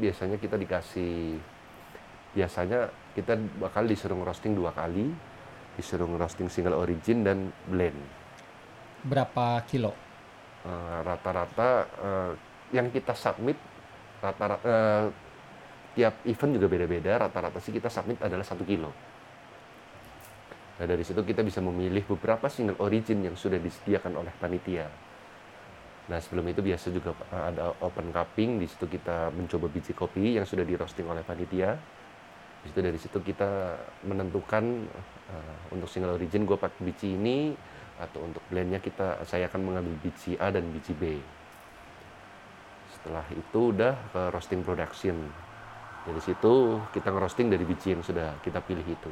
biasanya kita bakal disuruh roasting 2 kali, disuruh roasting single origin dan blend. Berapa kilo? Rata-rata yang kita submit rata-rata tiap event juga beda-beda, rata-rata sih kita submit adalah 1 kilo. Nah, dari situ kita bisa memilih beberapa single origin yang sudah disediakan oleh panitia. Nah, sebelum itu biasa juga ada open cupping, di situ kita mencoba biji kopi yang sudah di roasting oleh panitia. Dari situ kita menentukan untuk single origin gue pakai biji ini, atau untuk blendnya saya akan mengambil biji A dan biji B. Setelah itu udah ke roasting production. Dari situ kita ngerosting dari biji yang sudah kita pilih itu.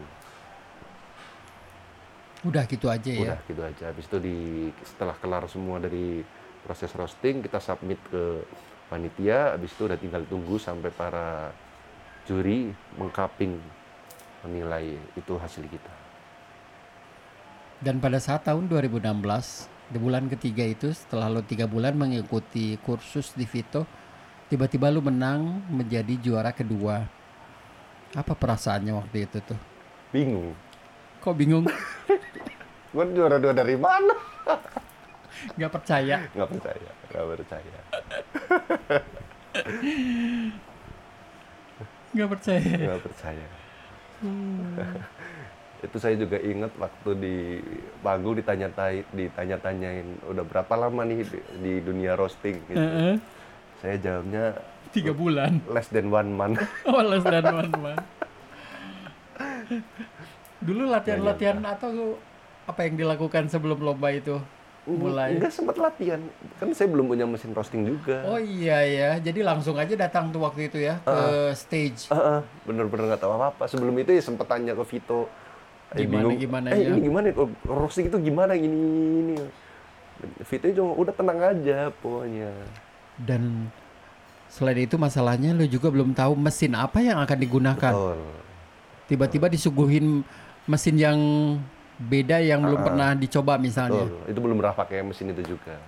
Udah gitu aja ya? Udah gitu aja. Habis itu setelah kelar semua dari proses roasting, kita submit ke panitia. Habis itu udah tinggal tunggu sampai para juri mengcupping, menilai itu hasil kita. Dan pada saat tahun 2016, di bulan ketiga itu, setelah lo 3 bulan mengikuti kursus di Vito, tiba-tiba lo menang menjadi juara kedua. Apa perasaannya waktu itu tuh? Bingung. Kok bingung? Gue juara 2 dari mana? Nggak percaya. Nggak percaya. Nggak percaya. Itu saya juga ingat waktu di panggung ditanya-tanyain udah berapa lama nih di dunia roasting gitu. Saya jawabnya 3 bulan. Less than 1 month. Oh, less than 1 month. Dulu latihan atau apa yang dilakukan sebelum lomba itu mulai? Enggak sempat latihan, kan saya belum punya mesin roasting juga. Oh iya ya, jadi langsung aja datang tuh waktu itu ya ke stage. Bener-bener nggak tahu apa-apa. Sebelum itu ya sempat tanya ke Vito. Gimana ya? Ini gimana? Roasting itu gimana ini? Vito cuma udah tenang aja pokoknya. Dan selain itu masalahnya lu juga belum tahu mesin apa yang akan digunakan. Betul. Tiba-tiba disuguhin mesin yang beda yang belum pernah dicoba misalnya. Betul. Itu belum pernah pakai mesin itu juga.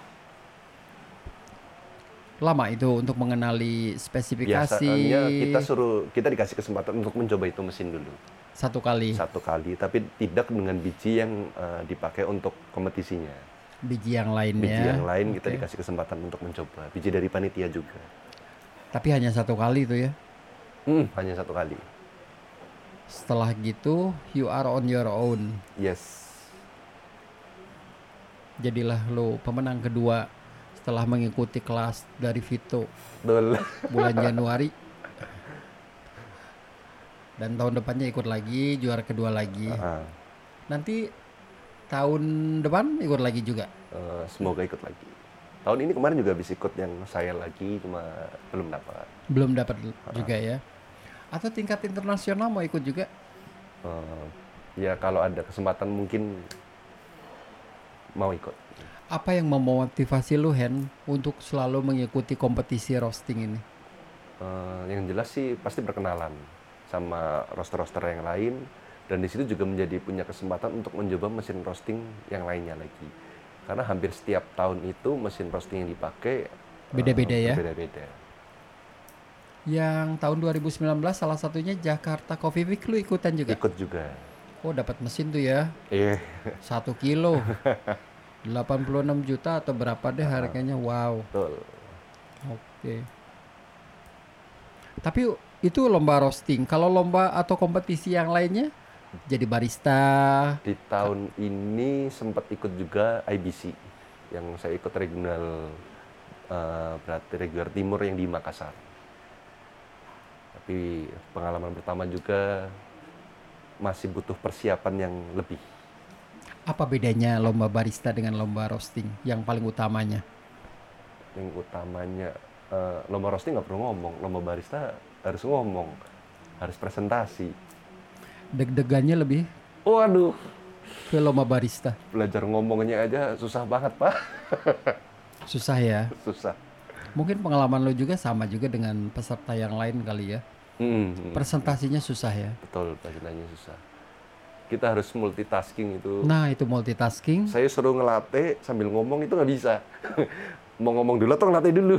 Lama itu untuk mengenali spesifikasi. Biasanya kita dikasih kesempatan untuk mencoba itu mesin dulu. 1 kali. 1 kali, tapi tidak dengan biji yang dipakai untuk kompetisinya. Biji yang lainnya. Biji yang lain kita dikasih kesempatan untuk mencoba. Biji dari panitia juga. Tapi hanya 1 kali itu ya? Hanya 1 kali. Setelah gitu, you are on your own. Yes. Jadilah lo pemenang kedua setelah mengikuti kelas dari Vito. Betul. Bulan Januari. Dan tahun depannya ikut lagi, juara kedua lagi. Nanti tahun depan ikut lagi juga. Semoga ikut lagi. Tahun ini kemarin juga habis ikut yang saya lagi, cuma belum dapat. Belum dapat juga ya. Atau tingkat internasional mau ikut juga? Ya kalau ada kesempatan mungkin mau ikut. Apa yang memotivasi lu, Hen, untuk selalu mengikuti kompetisi roasting ini? Yang jelas sih pasti berkenalan sama roaster-roaster yang lain, dan di situ juga menjadi punya kesempatan untuk mencoba mesin roasting yang lainnya lagi. Karena hampir setiap tahun itu mesin roasting yang dipakai beda-beda ya. Beda-beda. Yang tahun 2019 salah satunya Jakarta Coffee Week lu ikutan juga? Ikut juga. Oh, dapat mesin tuh ya? Iya. 1 kilo. 86 juta atau berapa deh harganya? Wow. Betul. Oke. Tapi itu lomba roasting. Kalau lomba atau kompetisi yang lainnya jadi barista. Di tahun ini sempat ikut juga IBC, yang saya ikut regional, berarti regional timur yang di Makassar. Tapi pengalaman pertama juga masih butuh persiapan yang lebih. Apa bedanya lomba barista dengan lomba roasting yang paling utamanya? Yang utamanya, lomba roasting nggak perlu ngomong, lomba barista harus ngomong, harus presentasi. Deg-degannya lebih? Waduh. Ke lomba barista. Belajar ngomongnya aja susah banget, Pak. Susah ya? Susah. Mungkin pengalaman lo juga sama juga dengan peserta yang lain kali ya. Presentasinya susah ya. Betul, presentasinya susah. Kita harus multitasking itu. Nah, itu multitasking. Saya suruh ngelatih sambil ngomong itu nggak bisa. Mau ngomong dulu atau ngelatih dulu.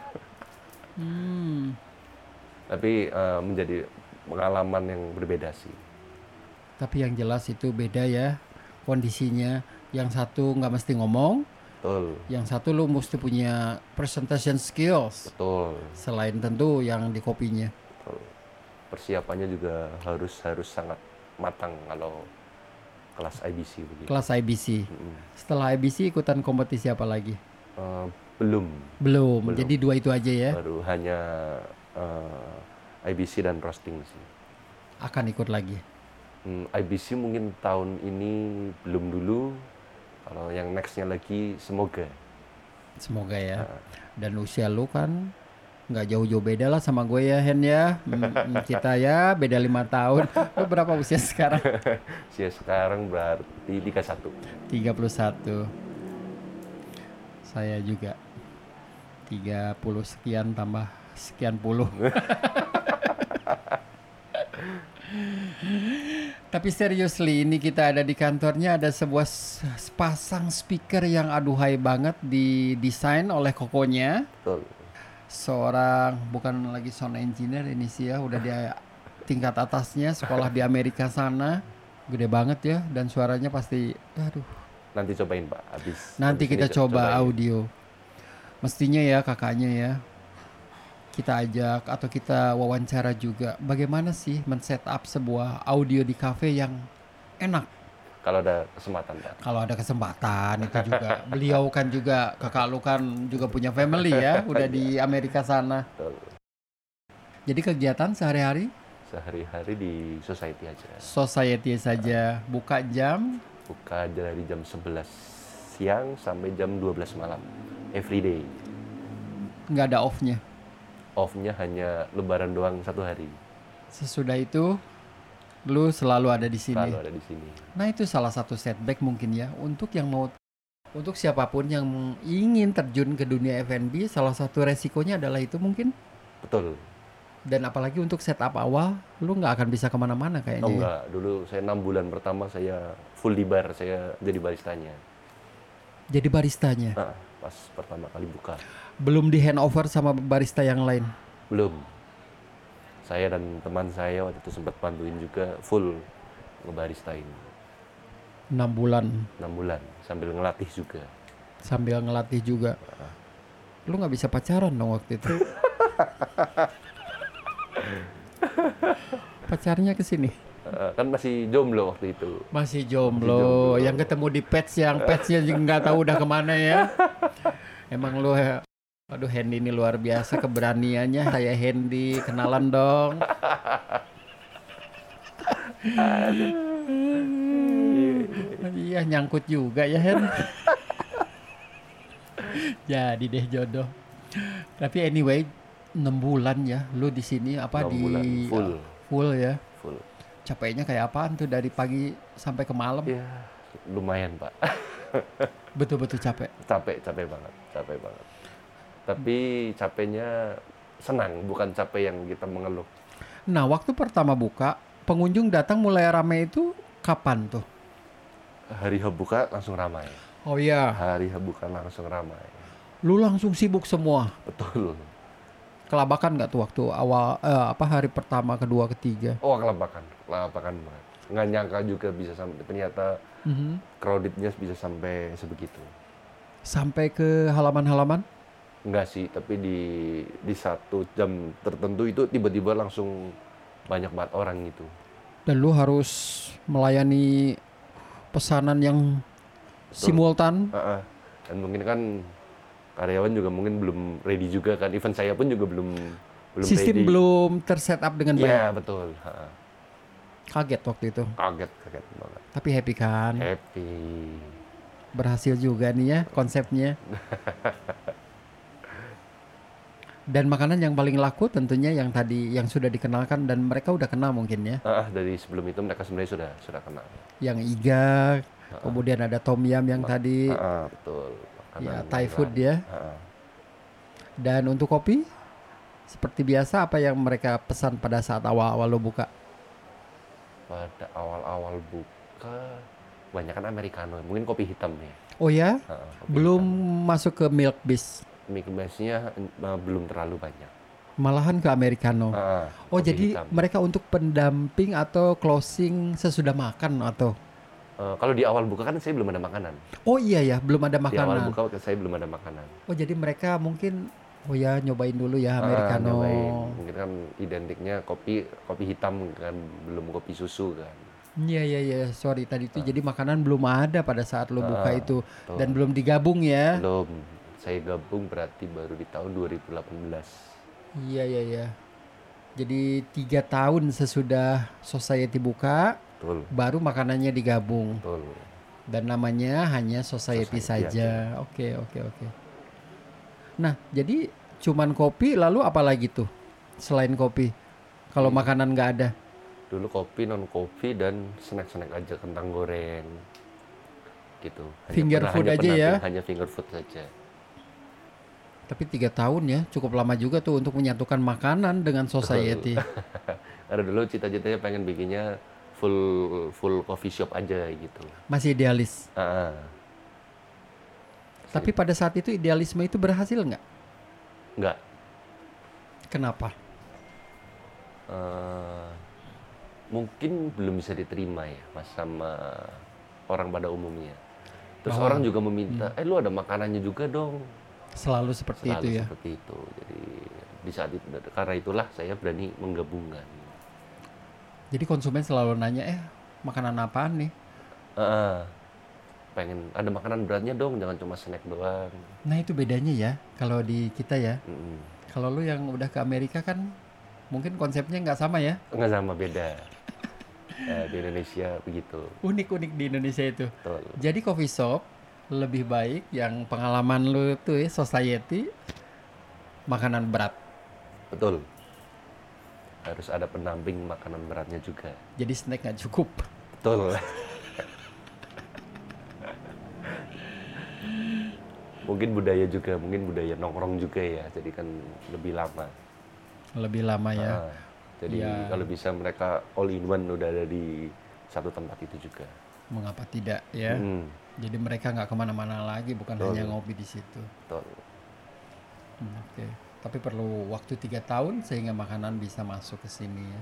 Tapi menjadi pengalaman yang berbeda sih. Tapi yang jelas itu beda ya kondisinya. Yang satu nggak mesti ngomong. Betul. Yang satu lu mesti punya presentation skills. Betul. Selain tentu yang di kopinya. Betul. Persiapannya juga harus sangat matang kalau kelas IBC begitu. Kelas IBC. Setelah IBC ikutan kompetisi apa lagi? Belum. Jadi 2 itu aja ya. Baru hanya IBC dan roasting sih. Akan ikut lagi. IBC mungkin tahun ini belum dulu. Kalau yang nextnya lagi semoga ya. Dan usia lu kan nggak jauh-jauh beda lah sama gue ya Hen ya. Kita ya beda 5 tahun. Lu berapa usia sekarang? Usia sekarang berarti 31. Saya juga 30 sekian tambah sekian puluh. Tapi seriously, ini kita ada di kantornya, ada sebuah sepasang speaker yang aduhai banget didesain oleh kokonya. Betul. Seorang bukan lagi sound engineer ini sih ya, udah di tingkat atasnya, sekolah di Amerika sana. Gede banget ya, dan suaranya pasti aduh. Nanti cobain Pak, Nanti kita coba audio. Mestinya ya kakaknya ya, kita ajak atau kita wawancara juga. Bagaimana sih men-setup sebuah audio di cafe yang enak? Kalau ada kesempatan Pak. Kalau ada kesempatan itu juga. Beliau kan juga, kakak lu kan juga punya family ya, udah di Amerika sana. Betul. Jadi kegiatan sehari-hari? Sehari-hari di society aja. Society saja. Buka jam? Buka dari jam 11 siang sampai jam 12 malam. Every day. Nggak ada off-nya? Off-nya hanya lebaran doang 1 hari. Sesudah itu lu selalu ada di sini. Selalu ada di sini. Nah, itu salah satu setback mungkin ya untuk siapapun yang ingin terjun ke dunia F&B, salah satu resikonya adalah itu mungkin. Betul. Dan apalagi untuk setup awal, lu nggak akan bisa kemana-mana kayaknya. Oh enggak, dulu saya 6 bulan pertama saya full di bar, saya jadi baristanya. Jadi baristanya? Nah, pas pertama kali buka. Belum di handover sama barista yang lain? Belum. Saya dan teman saya waktu itu sempat bantuin juga full ngebaristain. 6 bulan? 6 bulan, sambil ngelatih juga. Sambil ngelatih juga? Lu nggak bisa pacaran dong waktu itu? Pacarnya ke sini? Kan masih jomblo waktu itu. Masih jomblo. Yang ketemu di pets yang petsnya juga nggak tahu udah kemana ya. Emang lu, aduh Hendy ini luar biasa keberaniannya. Saya Hendy, kenalan dong. Iya nyangkut juga ya Hen. Jadi deh jodoh. Tapi anyway, 6 bulan ya lu di sini apa 6 bulan, full ya. Full. Capeknya kayak apaan tuh dari pagi sampai ke malam? Ya, lumayan Pak. Betul-betul capek. Capek banget. Tapi capeknya senang, bukan capek yang kita mengeluh. Nah, waktu pertama buka, pengunjung datang mulai ramai itu kapan tuh? Hari buka langsung ramai. Oh iya. Hari buka langsung ramai. Lu langsung sibuk semua. Betul. Kelabakan nggak tuh waktu awal hari pertama, kedua, ketiga? Oh, kelabakan banget. Nggak nyangka juga bisa sampai ternyata crowdednya bisa sampai sebegitu. Sampai ke halaman-halaman? Enggak sih, tapi di 1 jam tertentu itu tiba-tiba langsung banyak banget orang gitu. Dan lu harus melayani pesanan yang simultan. Dan mungkin kan karyawan juga mungkin belum ready juga kan. Event saya pun juga belum Sistem ready. belum tersetup dengan baik. Iya, betul. Kaget waktu itu. Kaget banget. Tapi happy kan? Happy. Berhasil juga nih ya konsepnya. Dan makanan yang paling laku tentunya yang tadi yang sudah dikenalkan dan mereka udah kenal mungkin ya. Dari sebelum itu mereka sebenarnya sudah kenal. Yang iga, kemudian ada tom yum yang tadi. Betul. Ya, Thai food ya. Dan untuk kopi, seperti biasa apa yang mereka pesan pada saat awal-awal lo buka? Pada awal-awal buka, kebanyakan americano, mungkin kopi hitam nih. Oh ya? Belum hitam. Masuk ke milk base? Milk base-nya belum terlalu banyak. Malahan ke americano. Oh jadi hitam. Mereka untuk pendamping atau closing sesudah makan atau? Kalau di awal buka kan saya belum ada makanan. Oh iya ya, belum ada makanan. Di awal buka saya belum ada makanan. Oh jadi mereka mungkin, oh ya nyobain dulu ya americano. Nyobain. Mungkin kan identiknya kopi hitam kan, belum kopi susu kan. Iya. Sorry tadi itu jadi makanan belum ada pada saat lo buka itu. Betul. Dan belum digabung ya? Belum. Saya gabung berarti baru di tahun 2018. Iya. Jadi 3 tahun sesudah Society buka. Betul. Baru makanannya digabung. Betul. Dan namanya hanya Society saja. Oke. Nah, jadi cuman kopi lalu apa lagi tuh selain kopi? Kalau makanan nggak ada? Dulu kopi, non kopi dan snack aja, kentang goreng. Gitu. Finger food aja ya? Hanya finger food saja. Tapi 3 tahun ya, cukup lama juga tuh untuk menyatukan makanan dengan Society. Karena dulu cita-citanya pengen bikinnya full coffee shop aja gitu. Masih idealis. Tapi pada saat itu idealisme itu berhasil nggak? Nggak. Kenapa? Mungkin belum bisa diterima ya, Mas, sama orang pada umumnya. Terus orang juga meminta, lu ada makanannya juga dong. Selalu seperti itu ya? Seperti itu. Jadi di saat itu, karena itulah saya berani menggabungkan. Jadi konsumen selalu nanya, makanan apaan nih? Pengen ada makanan beratnya dong, jangan cuma snack doang. Nah itu bedanya ya, kalau di kita ya. Kalau lu yang udah ke Amerika kan, mungkin konsepnya nggak sama ya? Nggak sama, beda. Di Indonesia begitu. Unik-unik di Indonesia itu. Betul. Jadi coffee shop lebih baik yang pengalaman lu tuh ya, Society, makanan berat. Betul. Harus ada pendamping makanan beratnya juga. Jadi snack nggak cukup. Betul. Mungkin budaya nongkrong juga ya. Jadi kan lebih lama. Lebih lama ya. Jadi kalau bisa mereka all in one udah ada di satu tempat itu juga. Mengapa tidak ya? Jadi mereka nggak kemana-mana lagi, bukan hanya ngopi di situ. Betul. Oke. Tapi perlu waktu 3 tahun sehingga makanan bisa masuk ke sini ya.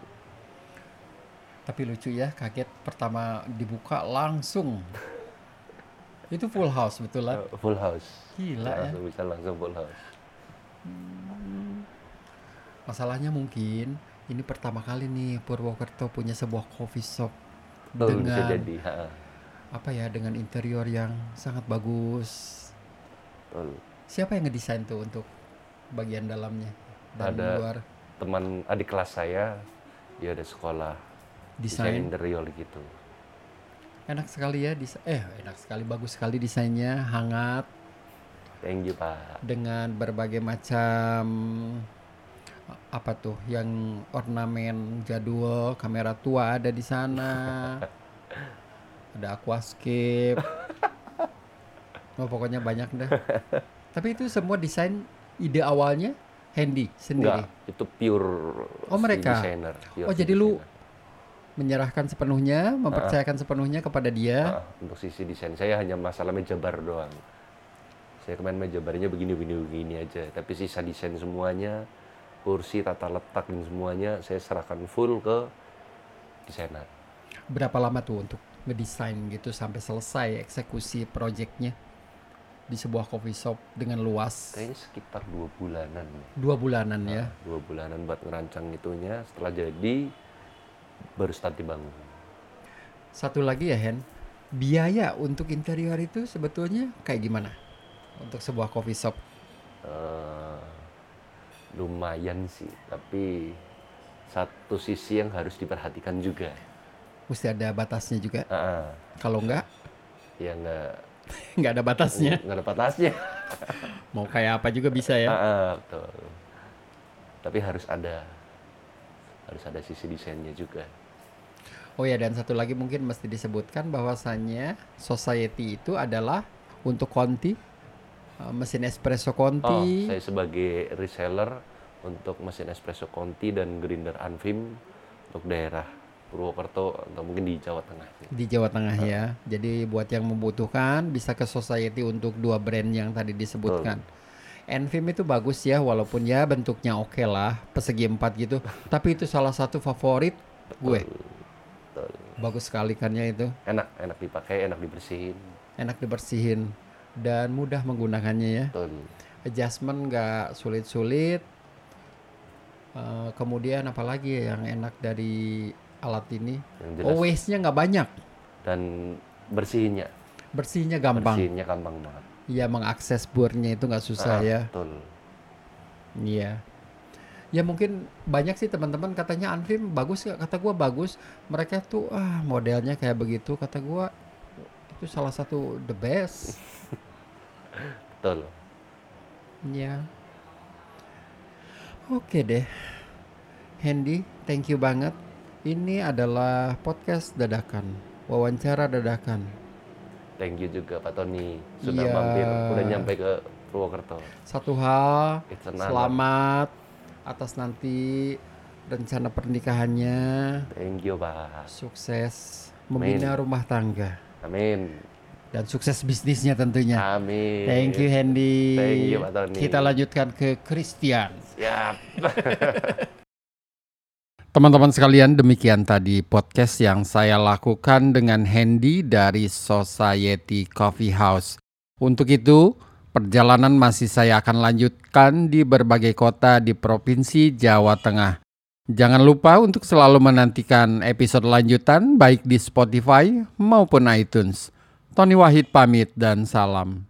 Tapi lucu ya, kaget pertama dibuka langsung. Itu full house betul lah? Full house. Gila ya. Bisa langsung full house. Masalahnya mungkin ini pertama kali nih Purwokerto punya sebuah coffee shop. Dengan bisa jadi. Dengan interior yang sangat bagus. Betul. Siapa yang ngedesain tuh untuk bagian dalamnya dan ada luar? Teman adik kelas saya, dia ada sekolah desain interior gitu. Enak sekali ya, enak sekali, bagus sekali desainnya, hangat. Thank you Pak. Dengan berbagai macam yang ornamen jadul, kamera tua ada di sana. Ada aquascape. Pokoknya banyak dah. Tapi itu semua desain ide awalnya Handy sendiri. Enggak, itu pure mereka. Designer. Jadi lu menyerahkan sepenuhnya, mempercayakan sepenuhnya kepada dia. Untuk sisi desain saya hanya masalah meja bar doang. Saya kemarin meja barnya begini aja, tapi sisa desain semuanya, kursi, tata letak dan semuanya saya serahkan full ke desainer. Berapa lama tuh untuk ngedesain gitu sampai selesai eksekusi proyeknya di sebuah coffee shop dengan luas? Kayaknya sekitar 2 bulanan. 2 bulanan ya? 2 bulanan buat ngerancang itunya, setelah jadi baru start dibangun. Satu lagi ya Hen, biaya untuk interior itu sebetulnya kayak gimana untuk sebuah coffee shop? Lumayan sih, tapi satu sisi yang harus diperhatikan juga. Mesti ada batasnya juga? Kalau enggak? Ya enggak. Nggak ada batasnya? Nggak ada batasnya. Mau kayak apa juga bisa ya? Betul. Tapi harus ada sisi desainnya juga. Oh ya, dan satu lagi mungkin mesti disebutkan bahwasannya Society itu adalah untuk Conti mesin espresso Conti. Saya sebagai reseller untuk mesin espresso Conti dan grinder Anfim untuk daerah Purwokerto atau mungkin di Jawa Tengah. Di Jawa Tengah ya. Jadi buat yang membutuhkan bisa ke Society untuk 2 brand yang tadi disebutkan. Anfim itu bagus ya, walaupun ya bentuknya oke lah, persegi 4 gitu. Tapi itu salah satu favorit gue. Betul. Bagus sekali kannya itu. Enak dipakai, enak dibersihin. Dan mudah menggunakannya ya. Betul. Adjustment nggak sulit-sulit. Kemudian apalagi yang enak dari alat ini? Waste-nya nggak banyak. Dan bersihnya gampang. Bersihnya gampang banget. Iya, mengakses bornya itu nggak susah ya. Betul. Iya. Ya mungkin banyak sih teman-teman katanya Anfim bagus nggak? Kata gue bagus. Mereka tuh modelnya kayak begitu. Kata gue itu salah satu the best. Betul. Ya. Oke deh. Hendy, thank you banget. Ini adalah podcast dadakan, wawancara dadakan. Thank you juga Pak Tony sudah mampir, udah nyampe ke Purwokerto. Satu hal, selamat atas nanti rencana pernikahannya. Thank you Pak. Sukses membina rumah tangga. Amin. Dan sukses bisnisnya tentunya. Amin. Thank you Hendy. Thank you Pak Tony. Kita lanjutkan ke Christian. Siap. Teman-teman sekalian, demikian tadi podcast yang saya lakukan dengan Hendy dari Society Coffee House. Untuk itu, perjalanan masih saya akan lanjutkan di berbagai kota di Provinsi Jawa Tengah. Jangan lupa untuk selalu menantikan episode lanjutan baik di Spotify maupun iTunes. Tony Wahid pamit dan salam.